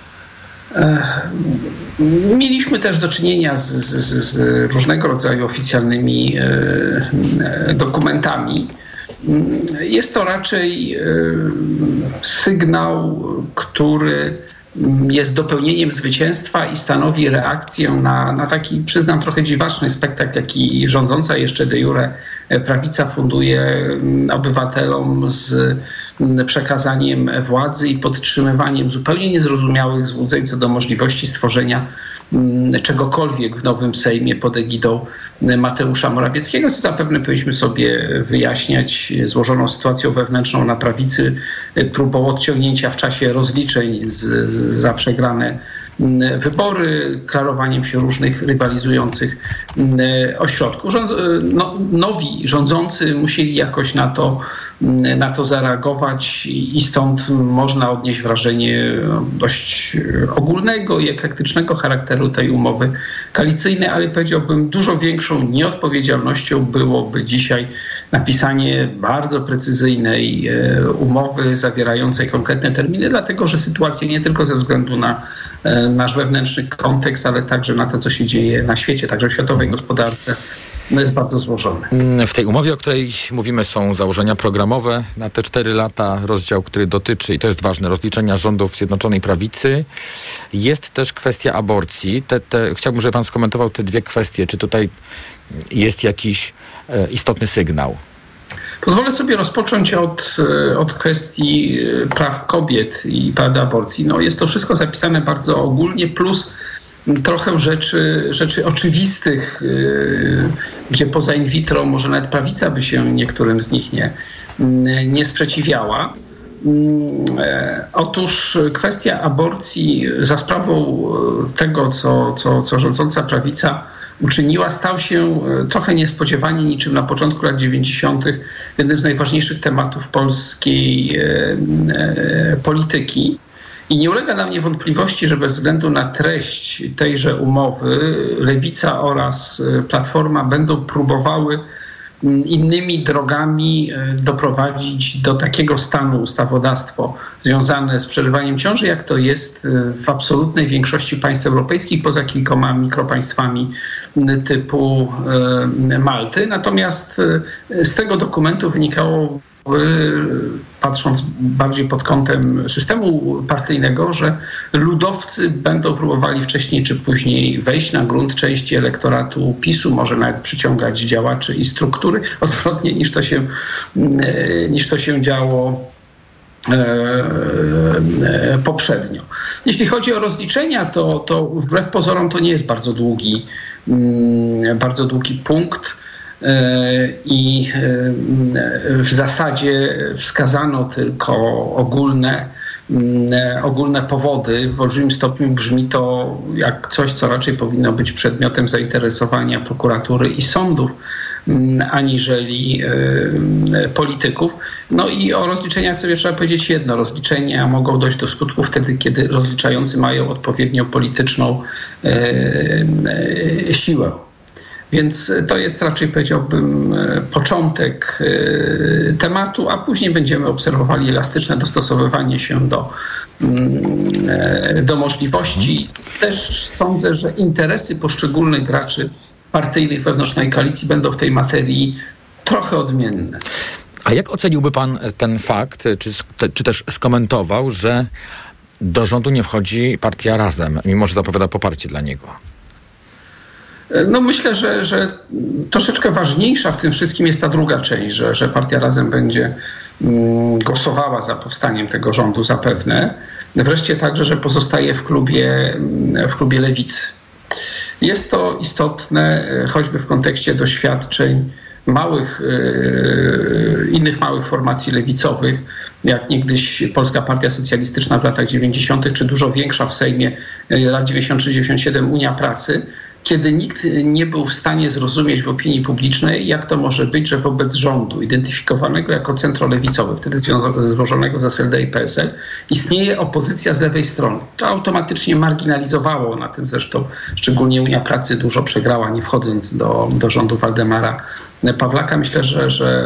Mieliśmy też do czynienia z, z, z różnego rodzaju oficjalnymi e, dokumentami. Jest to raczej e, sygnał, który jest dopełnieniem zwycięstwa i stanowi reakcję na, na taki, przyznam, trochę dziwaczny spektakl, jaki rządząca jeszcze de jure prawica funduje obywatelom z przekazaniem władzy i podtrzymywaniem zupełnie niezrozumiałych złudzeń co do możliwości stworzenia czegokolwiek w nowym Sejmie pod egidą Mateusza Morawieckiego, co zapewne powinniśmy sobie wyjaśniać złożoną sytuacją wewnętrzną na prawicy, próbą odciągnięcia w czasie rozliczeń z, z, za przegrane wybory, klarowaniem się różnych rywalizujących ośrodków. Rząd, no, nowi rządzący musieli jakoś na to na to zareagować i stąd można odnieść wrażenie dość ogólnego i eklektycznego charakteru tej umowy koalicyjnej, ale powiedziałbym dużo większą nieodpowiedzialnością byłoby dzisiaj napisanie bardzo precyzyjnej umowy zawierającej konkretne terminy, dlatego że sytuacja nie tylko ze względu na nasz wewnętrzny kontekst, ale także na to, co się dzieje na świecie, także w światowej gospodarce, no jest bardzo złożony. W tej umowie, o której mówimy, są założenia programowe na te cztery lata, rozdział, który dotyczy, i to jest ważne, rozliczenia rządów Zjednoczonej Prawicy. Jest też kwestia aborcji. Te, te, chciałbym, żeby pan skomentował te dwie kwestie. Czy tutaj jest jakiś e, istotny sygnał? Pozwolę sobie rozpocząć od, od kwestii praw kobiet i praw do aborcji. No, jest to wszystko zapisane bardzo ogólnie, plus trochę rzeczy, rzeczy oczywistych, yy, gdzie poza in vitro może nawet prawica by się niektórym z nich nie, nie sprzeciwiała. Yy, otóż kwestia aborcji za sprawą tego, co, co, co rządząca prawica uczyniła, stał się trochę niespodziewanie, niczym na początku lat dziewięćdziesiątych jednym z najważniejszych tematów polskiej e, e, polityki. I nie ulega nam wątpliwości, że bez względu na treść tejże umowy Lewica oraz Platforma będą próbowały innymi drogami doprowadzić do takiego stanu ustawodawstwo związane z przerywaniem ciąży, jak to jest w absolutnej większości państw europejskich, poza kilkoma mikropaństwami typu Malty. Natomiast z tego dokumentu wynikało, patrząc bardziej pod kątem systemu partyjnego, że ludowcy będą próbowali wcześniej czy później wejść na grunt części elektoratu PiSu, może nawet przyciągać działaczy i struktury, odwrotnie niż to się, niż to się działo poprzednio. Jeśli chodzi o rozliczenia, to, to wbrew pozorom to nie jest bardzo długi, bardzo długi punkt. I w zasadzie wskazano tylko ogólne, ogólne powody. W olbrzymim stopniu brzmi to jak coś, co raczej powinno być przedmiotem zainteresowania prokuratury i sądów, aniżeli polityków. No i o rozliczeniach sobie trzeba powiedzieć jedno. Rozliczenia mogą dojść do skutku wtedy, kiedy rozliczający mają odpowiednią polityczną siłę. Więc to jest raczej, powiedziałbym, początek tematu, a później będziemy obserwowali elastyczne dostosowywanie się do, do możliwości. Też sądzę, że interesy poszczególnych graczy partyjnych wewnętrznej koalicji będą w tej materii trochę odmienne. A jak oceniłby pan ten fakt, czy, czy też skomentował, że do rządu nie wchodzi partia Razem, mimo że zapowiada poparcie dla niego? No myślę, że, że troszeczkę ważniejsza w tym wszystkim jest ta druga część, że, że partia Razem będzie mm, głosowała za powstaniem tego rządu zapewne. Wreszcie także, że pozostaje w klubie, w klubie Lewicy. Jest to istotne choćby w kontekście doświadczeń małych, yy, innych małych formacji lewicowych, jak niegdyś Polska Partia Socjalistyczna w latach dziewięćdziesiątych, czy dużo większa w Sejmie lat dziewięćdziesiąt trzy dziewięćdziesiąt siedem Unia Pracy, kiedy nikt nie był w stanie zrozumieć w opinii publicznej, jak to może być, że wobec rządu identyfikowanego jako centrolewicowy, wtedy złożonego z S L D i P S L, istnieje opozycja z lewej strony. To automatycznie marginalizowało, na tym zresztą szczególnie Unia Pracy dużo przegrała, nie wchodząc do, do rządu Waldemara Pawlaka. Myślę, że, że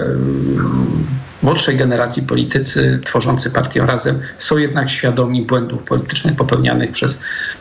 młodszej generacji politycy tworzący partię Razem są jednak świadomi błędów politycznych popełnianych przez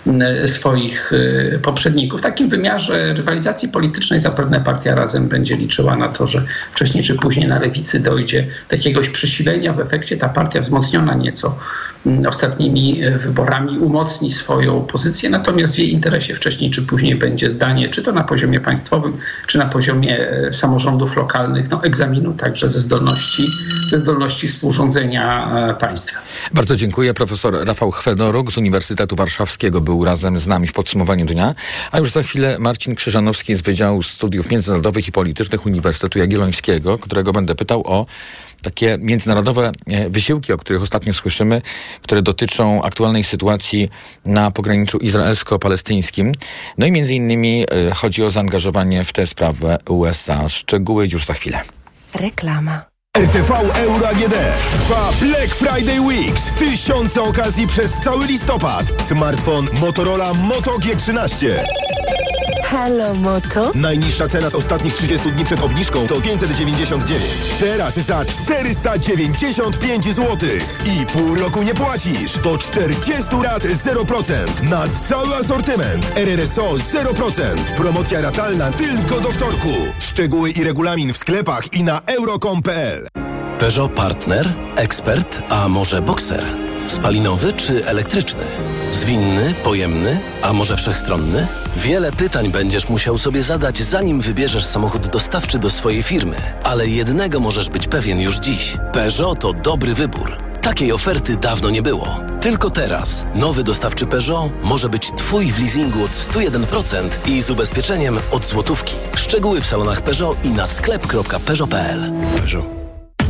swoich poprzedników. W takim wymiarze rywalizacji politycznej zapewne partia Razem będzie liczyła na to, że wcześniej czy później na lewicy dojdzie do jakiegoś przesilenia. W efekcie ta partia wzmocniona nieco ostatnimi wyborami umocni swoją pozycję, natomiast w jej interesie wcześniej czy później będzie zdanie, czy to na poziomie państwowym, czy na poziomie samorządów lokalnych, no egzaminu także ze zdolności, ze zdolności współrządzenia państwa. Bardzo dziękuję. Profesor Rafał Chwedoruk z Uniwersytetu Warszawskiego był razem z nami w podsumowaniu dnia, a już za chwilę Marcin Krzyżanowski z Wydziału Studiów Międzynarodowych i Politycznych Uniwersytetu Jagiellońskiego, którego będę pytał o takie międzynarodowe wysiłki, o których ostatnio słyszymy, które dotyczą aktualnej sytuacji na pograniczu izraelsko-palestyńskim. No i między innymi chodzi o zaangażowanie w tę sprawę U S A. Szczegóły już za chwilę. Reklama. R T V Euro A G D trwa Black Friday Weeks. Tysiące okazji przez cały listopad. Smartfon Motorola Moto G trzynaście. Halo Moto? Najniższa cena z ostatnich trzydziestu dni przed obniżką to pięćset dziewięćdziesiąt dziewięć. Teraz za czterysta dziewięćdziesiąt pięć złotych. I pół roku nie płacisz. To czterdzieści rat zero procent. Na cały asortyment. R R S O zero procent. Promocja ratalna tylko do wtorku. Szczegóły i regulamin w sklepach i na euro kropka com kropka p l. Peugeot Partner, ekspert, a może bokser? Spalinowy czy elektryczny? Zwinny, pojemny, a może wszechstronny? Wiele pytań będziesz musiał sobie zadać, zanim wybierzesz samochód dostawczy do swojej firmy. Ale jednego możesz być pewien już dziś. Peugeot to dobry wybór. Takiej oferty dawno nie było. Tylko teraz nowy dostawczy Peugeot może być Twój w leasingu od sto jeden procent i z ubezpieczeniem od złotówki. Szczegóły w salonach Peugeot i na sklep kropka peugeot kropka p l. Peugeot.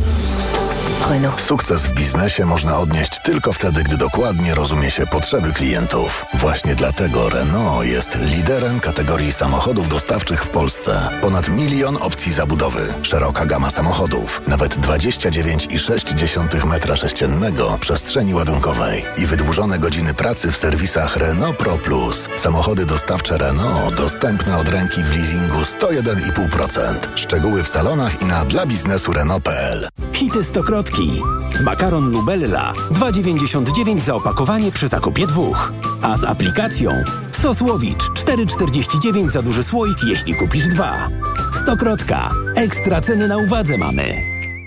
Sukces w biznesie można odnieść tylko wtedy, gdy dokładnie rozumie się potrzeby klientów. Właśnie dlatego Renault jest liderem kategorii samochodów dostawczych w Polsce. Ponad milion opcji zabudowy, szeroka gama samochodów, nawet dwadzieścia dziewięć przecinek sześć metra sześciennego przestrzeni ładunkowej i wydłużone godziny pracy w serwisach Renault Pro Plus. Samochody dostawcze Renault dostępne od ręki w leasingu sto jeden i pół procent. Szczegóły w salonach i na dla biznesu Renault kropka p l. Hity stokrotki. Makaron Lubella dwa dziewięćdziesiąt dziewięć za opakowanie przy zakupie dwóch. A z aplikacją sos Łowicz cztery czterdzieści dziewięć za duży słoik, jeśli kupisz dwa. Stokrotka. Ekstra ceny na uwadze mamy.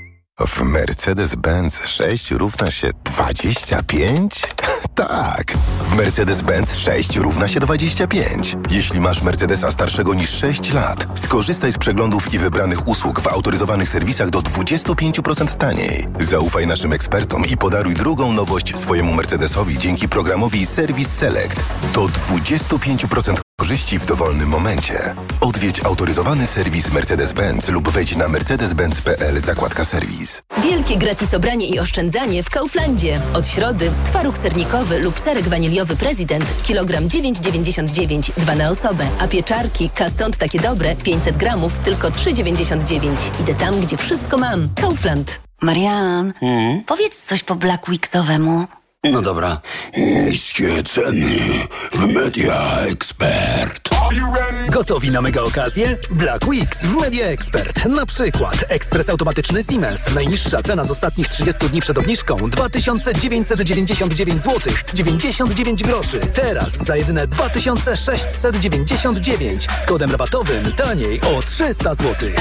W Mercedes-Benz sześć równa się dwadzieścia pięć? Tak, w Mercedes-Benz sześć równa się dwadzieścia pięć. Jeśli masz Mercedesa starszego niż sześć lat, skorzystaj z przeglądów i wybranych usług w autoryzowanych serwisach do dwadzieścia pięć procent taniej. Zaufaj naszym ekspertom i podaruj drugą nowość swojemu Mercedesowi dzięki programowi Service Select. Do dwadzieścia pięć procent korzyści w dowolnym momencie. Odwiedź autoryzowany serwis Mercedes-Benz lub wejdź na mercedes benz kropka p l zakładka serwis. Wielkie gratisobranie i oszczędzanie w Kauflandzie. Od środy twaróg sernikowy lub serek waniliowy Prezydent kilogram dziewięć dziewięćdziesiąt dziewięć, dwa na osobę, a pieczarki Kastąd takie dobre pięćset gramów tylko trzy dziewięćdziesiąt dziewięć. Idę tam, gdzie wszystko mam. Kaufland. Marian, Hmm? powiedz coś po Black Weeksowemu. No dobra. Niskie ceny w Media Expert. Gotowi na mega okazję? Black Weeks w Media Expert. Na przykład ekspres automatyczny Siemens. Najniższa cena z ostatnich trzydziestu dni przed obniżką dwa tysiące dziewięćset dziewięćdziesiąt dziewięć złotych dziewięćdziesiąt dziewięć groszy. Teraz za jedyne dwa tysiące sześćset dziewięćdziesiąt dziewięć z kodem rabatowym taniej o trzysta złotych.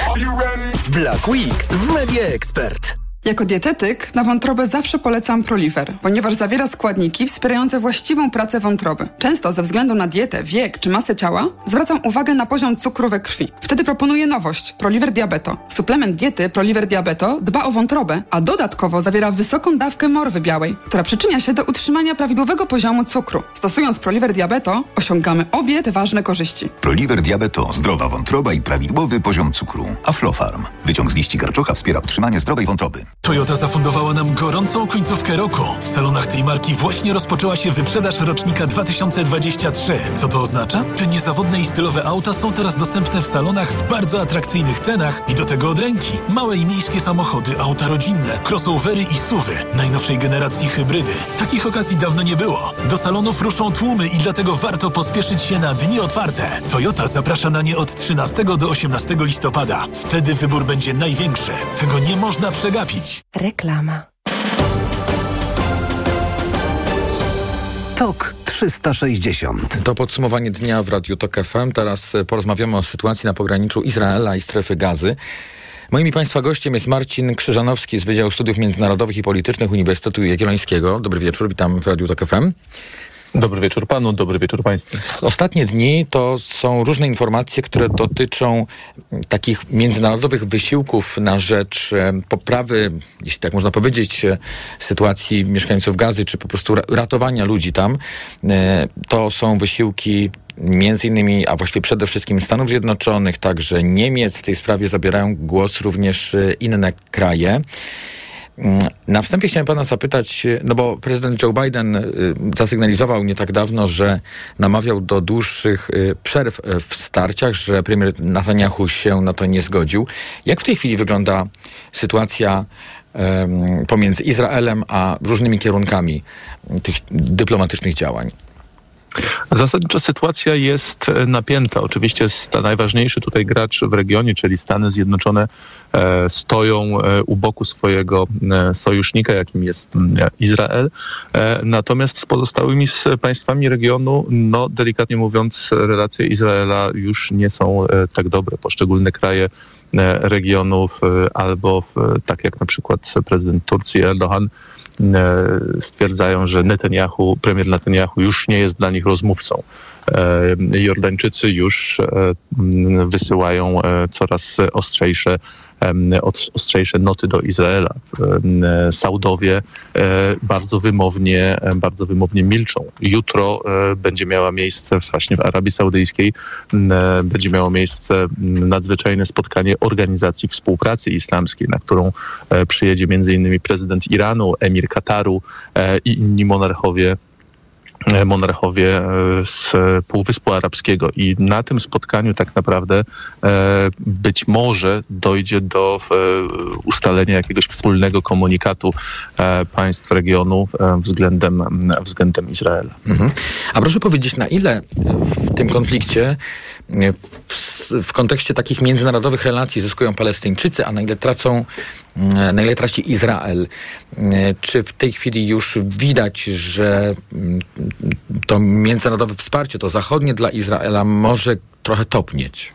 Black Weeks w Media Expert. Jako dietetyk na wątrobę zawsze polecam Proliver, ponieważ zawiera składniki wspierające właściwą pracę wątroby. Często ze względu na dietę, wiek czy masę ciała zwracam uwagę na poziom cukru we krwi. Wtedy proponuję nowość Proliver Diabeto. Suplement diety Proliver Diabeto dba o wątrobę, a dodatkowo zawiera wysoką dawkę morwy białej, która przyczynia się do utrzymania prawidłowego poziomu cukru. Stosując Proliver Diabeto osiągamy obie te ważne korzyści. Proliver Diabeto, zdrowa wątroba i prawidłowy poziom cukru. Aflofarm. Wyciąg z liści garczocha wspiera utrzymanie zdrowej wątroby. Toyota zafundowała nam gorącą końcówkę roku. W salonach tej marki właśnie rozpoczęła się wyprzedaż rocznika dwa tysiące dwudziestego trzeciego. Co to oznacza? Te niezawodne i stylowe auta są teraz dostępne w salonach w bardzo atrakcyjnych cenach i do tego od ręki. Małe i miejskie samochody, auta rodzinne, crossovery i suwy, najnowszej generacji hybrydy. Takich okazji dawno nie było. Do salonów ruszą tłumy i dlatego warto pospieszyć się na dni otwarte. Toyota zaprasza na nie od trzynastego do osiemnastego listopada. Wtedy wybór będzie największy. Tego nie można przegapić. Reklama. Tok trzysta sześćdziesiąt. To podsumowanie dnia w Radiu Tok F M. Teraz porozmawiamy o sytuacji na pograniczu Izraela i Strefy Gazy. Moim i Państwa gościem jest Marcin Krzyżanowski z Wydziału Studiów Międzynarodowych i Politycznych Uniwersytetu Jagiellońskiego. Dobry wieczór, witam w Radiu Tok F M. Dobry wieczór panu, dobry wieczór państwu. Ostatnie dni to są różne informacje, które dotyczą takich międzynarodowych wysiłków na rzecz poprawy, jeśli tak można powiedzieć, sytuacji mieszkańców Gazy, czy po prostu ratowania ludzi tam. To są wysiłki między innymi, a właściwie przede wszystkim Stanów Zjednoczonych, także Niemiec. W tej sprawie zabierają głos również inne kraje. Na wstępie chciałem pana zapytać, no bo prezydent Joe Biden y, zasygnalizował nie tak dawno, że namawiał do dłuższych y, przerw w starciach, że premier Netanyahu się na to nie zgodził. Jak w tej chwili wygląda sytuacja y, pomiędzy Izraelem a różnymi kierunkami tych dyplomatycznych działań? Zasadniczo sytuacja jest napięta. Oczywiście najważniejszy tutaj gracz w regionie, czyli Stany Zjednoczone, stoją u boku swojego sojusznika, jakim jest Izrael. Natomiast z pozostałymi państwami regionu, no delikatnie mówiąc, relacje Izraela już nie są tak dobre. Poszczególne kraje regionów albo tak jak na przykład prezydent Turcji Erdogan stwierdzają, że Netanyahu, premier Netanyahu już nie jest dla nich rozmówcą. Jordańczycy już wysyłają coraz ostrzejsze, ostrzejsze noty do Izraela. Saudowie bardzo wymownie, bardzo wymownie milczą. Jutro będzie miała miejsce właśnie w Arabii Saudyjskiej, będzie miało miejsce nadzwyczajne spotkanie Organizacji Współpracy Islamskiej, na którą przyjedzie między innymi prezydent Iranu, emir Kataru i inni monarchowie monarchowie z Półwyspu Arabskiego. I na tym spotkaniu tak naprawdę być może dojdzie do ustalenia jakiegoś wspólnego komunikatu państw regionu względem, względem Izraela. Mhm. A proszę powiedzieć, na ile w tym konflikcie w, w kontekście takich międzynarodowych relacji zyskują Palestyńczycy, a na ile tracą, na ile traci Izrael? Czy w tej chwili już widać, że to międzynarodowe wsparcie, to zachodnie dla Izraela może trochę topnieć?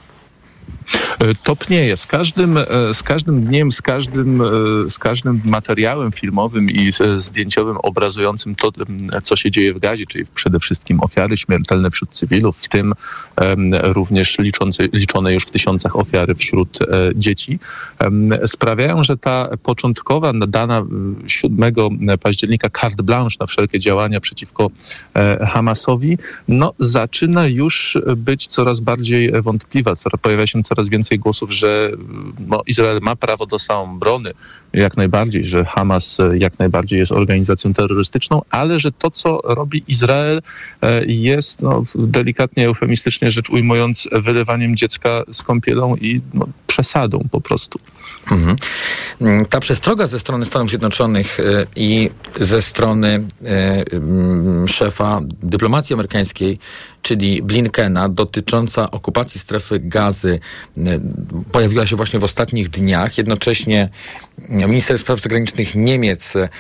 Topnieje. Z każdym, z każdym dniem, z każdym, z każdym materiałem filmowym i zdjęciowym obrazującym to, co się dzieje w Gazie, czyli przede wszystkim ofiary śmiertelne wśród cywilów, w tym również liczące, liczone już w tysiącach ofiary wśród dzieci, sprawiają, że ta początkowa, dana siódmego października carte blanche na wszelkie działania przeciwko Hamasowi, no, zaczyna już być coraz bardziej wątpliwa. Pojawia się coraz więcej głosów, że no, Izrael ma prawo do samoobrony, jak najbardziej, że Hamas jak najbardziej jest organizacją terrorystyczną, ale że to, co robi Izrael, jest no, delikatnie, eufemistycznie rzecz ujmując, wylewaniem dziecka z kąpielą i no, przesadą po prostu. Mhm. Ta przestroga ze strony Stanów Zjednoczonych y, i ze strony y, y, szefa dyplomacji amerykańskiej, czyli Blinkena, dotycząca okupacji strefy Gazy, y, pojawiła się właśnie w ostatnich dniach. Jednocześnie minister spraw zagranicznych Niemiec y,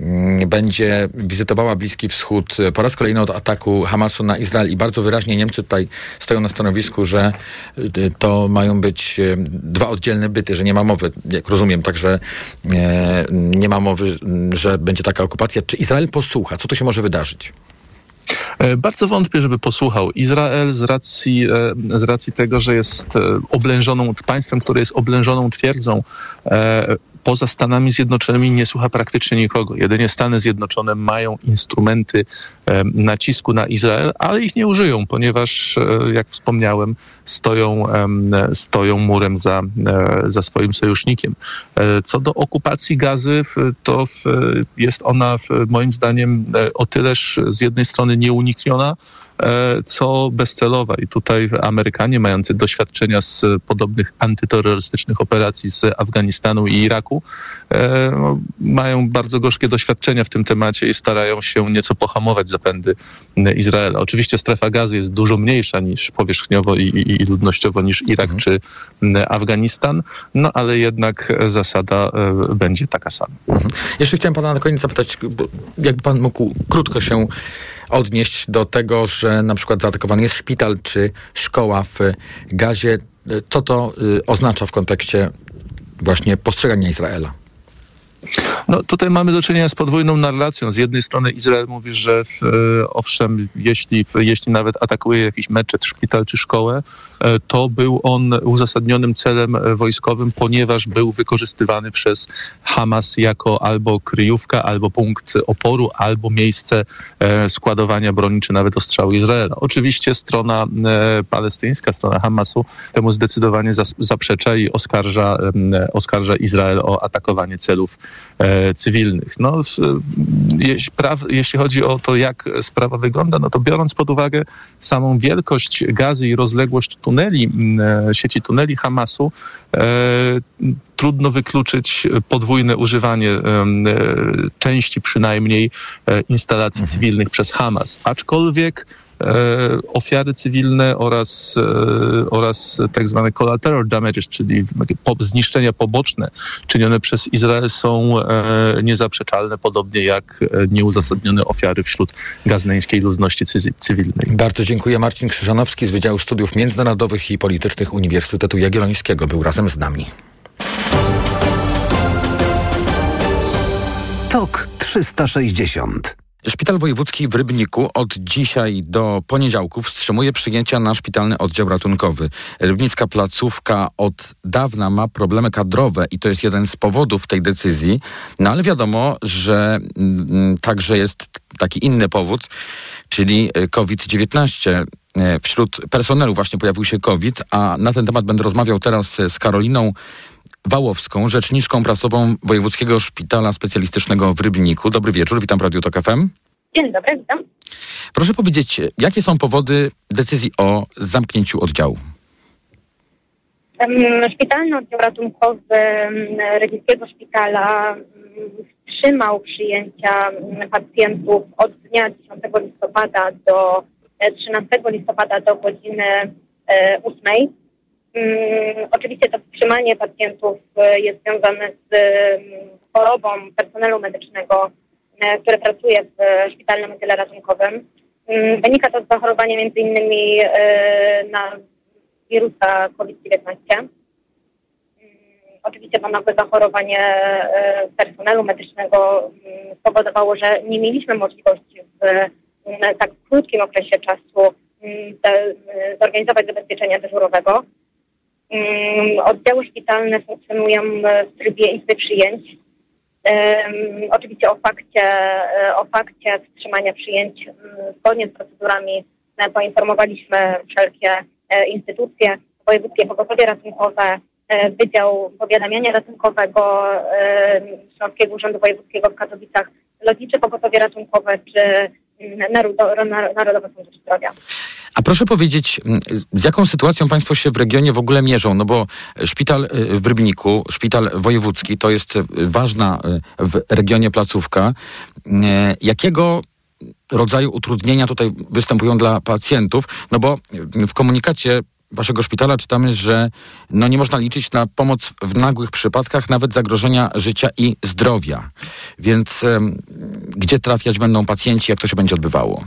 będzie wizytowała Bliski Wschód po raz kolejny od ataku Hamasu na Izrael i bardzo wyraźnie Niemcy tutaj stoją na stanowisku, że y, to mają być y, dwa oddzielne byty, że nie ma mowy, jak rozumiem, także e, nie ma mowy, że będzie taka okupacja. Czy Izrael posłucha? Co tu się może wydarzyć? Bardzo wątpię, żeby posłuchał. Izrael z racji, z racji tego, że jest oblężoną państwem, które jest oblężoną twierdzą, poza Stanami Zjednoczonymi nie słucha praktycznie nikogo. Jedynie Stany Zjednoczone mają instrumenty e, nacisku na Izrael, ale ich nie użyją, ponieważ, e, jak wspomniałem, stoją, e, stoją murem za, e, za swoim sojusznikiem. E, co do okupacji Gazy, to jest ona moim zdaniem o tyleż z jednej strony nieunikniona, co bezcelowa. I tutaj Amerykanie, mający doświadczenia z podobnych antyterrorystycznych operacji z Afganistanu i Iraku, e, mają bardzo gorzkie doświadczenia w tym temacie i starają się nieco pohamować zapędy Izraela. Oczywiście strefa Gazy jest dużo mniejsza niż powierzchniowo i, i, i ludnościowo niż Irak mhm. czy Afganistan, no ale jednak zasada e, będzie taka sama. Mhm. Jeszcze chciałem pana na koniec zapytać, jakby pan mógł krótko się odnieść do tego, że na przykład zaatakowany jest szpital czy szkoła w Gazie. Co to y, oznacza w kontekście właśnie postrzegania Izraela? No tutaj mamy do czynienia z podwójną narracją. Z jednej strony Izrael mówi, że e, owszem, jeśli, jeśli nawet atakuje jakiś meczet, szpital czy szkołę, e, to był on uzasadnionym celem wojskowym, ponieważ był wykorzystywany przez Hamas jako albo kryjówka, albo punkt oporu, albo miejsce e, składowania broni, czy nawet ostrzału Izraela. Oczywiście strona e, palestyńska, strona Hamasu temu zdecydowanie zas, zaprzecza i oskarża, e, oskarża Izrael o atakowanie celów e, cywilnych. No, jeśli, pra, jeśli chodzi o to, jak sprawa wygląda, no to biorąc pod uwagę samą wielkość Gazy i rozległość tuneli, e, sieci tuneli Hamasu, e, trudno wykluczyć podwójne używanie e, części przynajmniej e, instalacji mhm. cywilnych przez Hamas. Aczkolwiek ofiary cywilne oraz, oraz tak zwane collateral damages, czyli zniszczenia poboczne czynione przez Izrael są niezaprzeczalne, podobnie jak nieuzasadnione ofiary wśród gazneńskiej ludności cywilnej. Bardzo dziękuję. Marcin Krzyżanowski z Wydziału Studiów Międzynarodowych i Politycznych Uniwersytetu Jagiellońskiego był razem z nami. Tok trzysta sześćdziesiąt. Szpital Wojewódzki w Rybniku od dzisiaj do poniedziałku wstrzymuje przyjęcia na szpitalny oddział ratunkowy. Rybnicka placówka od dawna ma problemy kadrowe i to jest jeden z powodów tej decyzji. No ale wiadomo, że m, także jest taki inny powód, czyli COVID dziewiętnaście. Wśród personelu właśnie pojawił się COVID, a na ten temat będę rozmawiał teraz z Karoliną Wałowską, rzeczniczką prasową Wojewódzkiego Szpitala Specjalistycznego w Rybniku. Dobry wieczór, witam w Radiu Tok F M. Dzień dobry, witam. Proszę powiedzieć, jakie są powody decyzji o zamknięciu oddziału? Szpitalny oddział ratunkowy Rybnickiego Szpitala wstrzymał przyjęcia pacjentów od dnia dziesiątego listopada do trzynastego listopada do godziny ósmej. Um, oczywiście to wstrzymanie pacjentów jest związane z chorobą personelu medycznego, który pracuje w szpitalnym oddziale ratunkowym. Um, wynika to z zachorowania między innymi uh, na wirusa COVID dziewiętnaście. Um, oczywiście to nowe zachorowanie uh, personelu medycznego um, spowodowało, że nie mieliśmy możliwości w um, tak krótkim okresie czasu um, de, zorganizować zabezpieczenia dyżurowego. Um, oddziały szpitalne funkcjonują w trybie izby przyjęć. Um, oczywiście o fakcie, o fakcie wstrzymania przyjęć um, zgodnie z procedurami um, poinformowaliśmy wszelkie um, instytucje, Wojewódzkie Pogotowie Ratunkowe, um, Wydział Powiadamiania Ratunkowego um, Śląskiego Urzędu Wojewódzkiego w Katowicach, Lotnicze Pogotowie Ratunkowe czy um, Narodo, Narodowy Fundusz Zdrowia. A proszę powiedzieć, z jaką sytuacją państwo się w regionie w ogóle mierzą? No bo szpital w Rybniku, szpital wojewódzki, to jest ważna w regionie placówka. Jakiego rodzaju utrudnienia tutaj występują dla pacjentów? No bo w komunikacie waszego szpitala czytamy, że no nie można liczyć na pomoc w nagłych przypadkach, nawet zagrożenia życia i zdrowia. Więc gdzie trafiać będą pacjenci, jak to się będzie odbywało?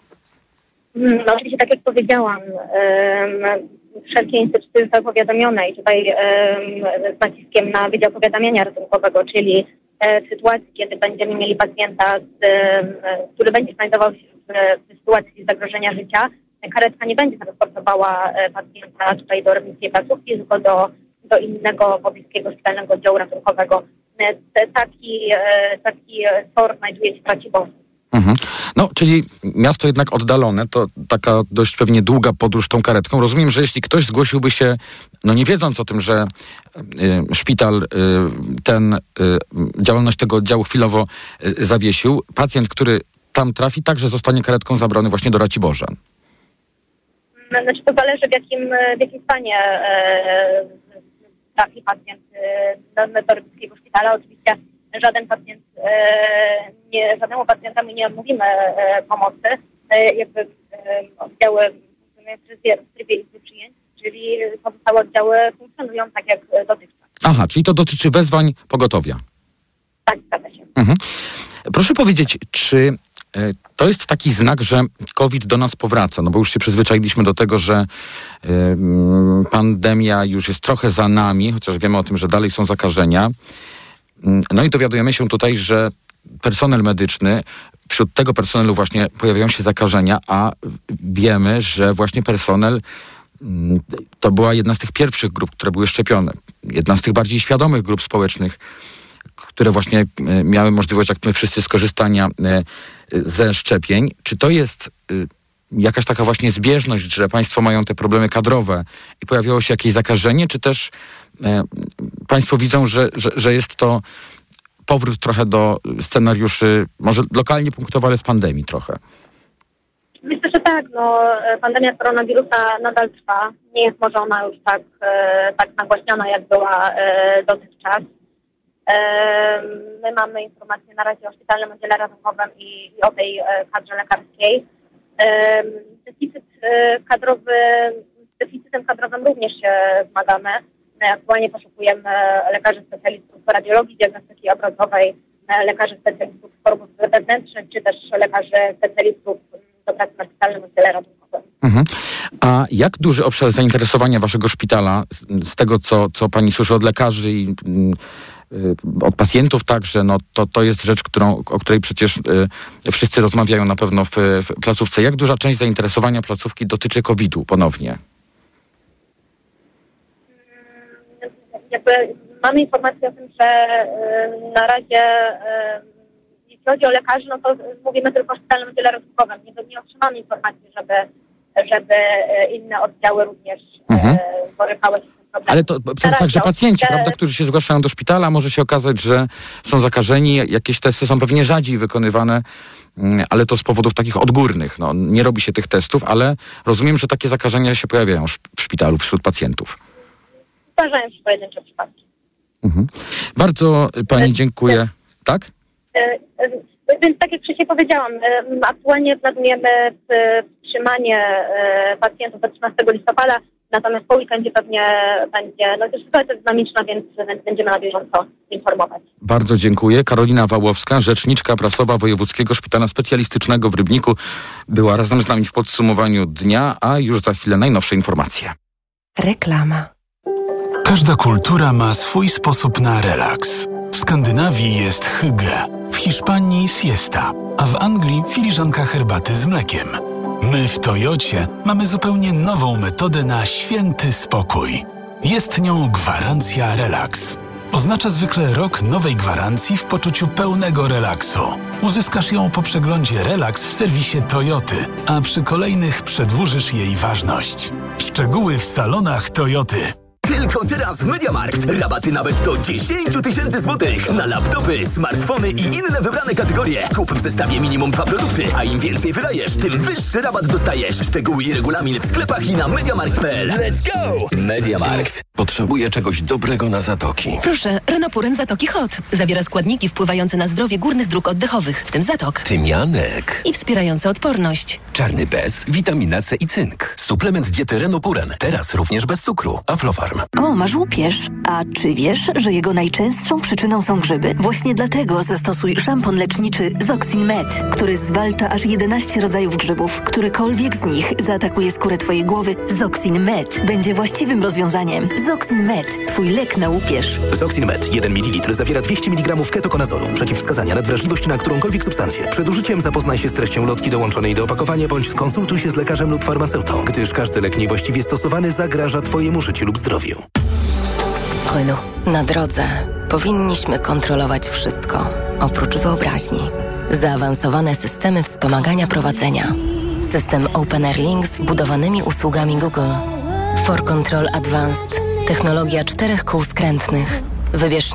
No oczywiście, tak jak powiedziałam, um, wszelkie instytucje zostały powiadomione i tutaj um, z naciskiem na Wydział Powiadamiania Ratunkowego, czyli e, w sytuacji, kiedy będziemy mieli pacjenta, z, e, który będzie znajdował się w, w sytuacji zagrożenia życia, karetka nie będzie transportowała e, pacjenta tutaj do rybnickiej placówki, tylko do, do innego pobliskiego szpitalnego oddziału ratunkowego. E, taki, e, taki tor znajduje się w Raciborzu. Mhm. No, czyli miasto jednak oddalone, to taka dość pewnie długa podróż tą karetką. Rozumiem, że jeśli ktoś zgłosiłby się, no nie wiedząc o tym, że y, szpital y, ten, y, działalność tego oddziału chwilowo y, zawiesił, pacjent, który tam trafi, także zostanie karetką zabrany właśnie do Raciborza. Znaczy to zależy w jakim, w jakim stanie e, trafi pacjent e, do Rybnickiego Szpitala. Oczywiście żaden pacjent, e, nie, żadnemu pacjentowi nie odmówimy e, pomocy. E, jakby e, oddziały funkcjonują w trybie izby przyjęć, czyli pozostałe oddziały funkcjonują tak jak dotychczas. Aha, czyli to dotyczy wezwań pogotowia. Tak, zgadza się. Mhm. Proszę powiedzieć, czy to jest taki znak, że COVID do nas powraca, no bo już się przyzwyczailiśmy do tego, że y, pandemia już jest trochę za nami, chociaż wiemy o tym, że dalej są zakażenia. No i dowiadujemy się tutaj, że personel medyczny, wśród tego personelu właśnie pojawiają się zakażenia, a wiemy, że właśnie personel y, to była jedna z tych pierwszych grup, które były szczepione. Jedna z tych bardziej świadomych grup społecznych, które właśnie y, miały możliwość, jak my wszyscy, skorzystania y, ze szczepień. Czy to jest y, jakaś taka właśnie zbieżność, że państwo mają te problemy kadrowe i pojawiło się jakieś zakażenie, czy też y, państwo widzą, że, że, że jest to powrót trochę do scenariuszy, może lokalnie punktowo, ale z pandemii trochę? Myślę, że tak. No, pandemia koronawirusa nadal trwa. Nie jest może ona już tak, e, tak nagłaśniona, jak była e, dotychczas. My mamy informacje na razie o szpitalnym oddziale ratunkowym i, i o tej kadrze lekarskiej. Deficyt kadrowy, z deficytem kadrowym również się zmagamy. Aktualnie poszukujemy lekarzy specjalistów radiologii, diagnostyki obrazowej, lekarzy specjalistów chorób wewnętrznych, czy też lekarzy specjalistów do pracy na szpitalnym oddziale ratunkowym. Mhm. A jak duży obszar zainteresowania waszego szpitala, z, z tego co, co pani słyszy od lekarzy i y, od pacjentów także, no to, to jest rzecz, którą, o której przecież y, wszyscy rozmawiają na pewno w, w placówce. Jak duża część zainteresowania placówki dotyczy kowida ponownie? Jakby mamy informację o tym, że y, na razie y, jeśli chodzi o lekarzy, no to mówimy tylko o szpitalnym oddziale ratunkowym. Nie, nie otrzymamy informacji, żeby, żeby inne oddziały również mhm. borykały się z tym problemem. Ale to, to także pacjenci, prawda, którzy się zgłaszają do szpitala, może się okazać, że są zakażeni, jakieś testy są pewnie rzadziej wykonywane, ale to z powodów takich odgórnych. No, nie robi się tych testów, ale rozumiem, że takie zakażenia się pojawiają w szpitalu wśród pacjentów. Zdarzają się pojedyncze przypadki. Mhm. Bardzo pani dziękuję. Tak? Więc tak jak wcześniej powiedziałam, aktualnie planujemy wstrzymanie pacjentów do trzynastego listopada, natomiast po weekendzie pewnie będzie, no to sytuacja jest dynamiczna, więc, więc będziemy na bieżąco informować. Bardzo dziękuję. Karolina Wałowska, rzeczniczka prasowa Wojewódzkiego Szpitala Specjalistycznego w Rybniku, była razem z nami w podsumowaniu dnia, a już za chwilę najnowsze informacje. Reklama. Każda kultura ma swój sposób na relaks. W Skandynawii jest hygge, w Hiszpanii siesta, a w Anglii filiżanka herbaty z mlekiem. My w Toyocie mamy zupełnie nową metodę na święty spokój. Jest nią gwarancja relaks. Oznacza zwykle rok nowej gwarancji w poczuciu pełnego relaksu. Uzyskasz ją po przeglądzie Relaks w serwisie Toyoty, a przy kolejnych przedłużysz jej ważność. Szczegóły w salonach Toyoty. Tylko teraz w MediaMarkt. Rabaty nawet do dziesięć tysięcy złotych na laptopy, smartfony i inne wybrane kategorie. Kup w zestawie minimum dwa produkty, a im więcej wydajesz, tym wyższy rabat dostajesz. Szczegóły i regulamin w sklepach i na mediamarkt kropka p l. Let's go! MediaMarkt. Potrzebuję czegoś dobrego na zatoki. Proszę, Renopuren Zatoki Hot. Zawiera składniki wpływające na zdrowie górnych dróg oddechowych, w tym zatok. Tymianek. I wspierające odporność. Czarny bez, witamina C i cynk. Suplement diety Renopuren. Teraz również bez cukru. Aflofarm. O, masz łupież. A czy wiesz, że jego najczęstszą przyczyną są grzyby? Właśnie dlatego zastosuj szampon leczniczy Zoxin Med, który zwalcza aż jedenaście rodzajów grzybów. Którykolwiek z nich zaatakuje skórę twojej głowy, Zoxin Med będzie właściwym rozwiązaniem. Zoxin Med, twój lek na łupież. Zoxin Med, jeden mililitr zawiera dwieście miligramów ketokonazolu. Przeciwwskazania nadwrażliwość na którąkolwiek substancję. Przed użyciem zapoznaj się z treścią lotki dołączonej do opakowania bądź skonsultuj się z lekarzem lub farmaceutą, gdyż każdy lek niewłaściwie stosowany zagraża twojemu życiu lub zdrowiu. Renault. Na drodze powinniśmy kontrolować wszystko, oprócz wyobraźni. Zaawansowane systemy wspomagania prowadzenia. System Open Air Link z wbudowanymi usługami Google. For Control Advanced. Technologia czterech kół skrętnych. Wybierz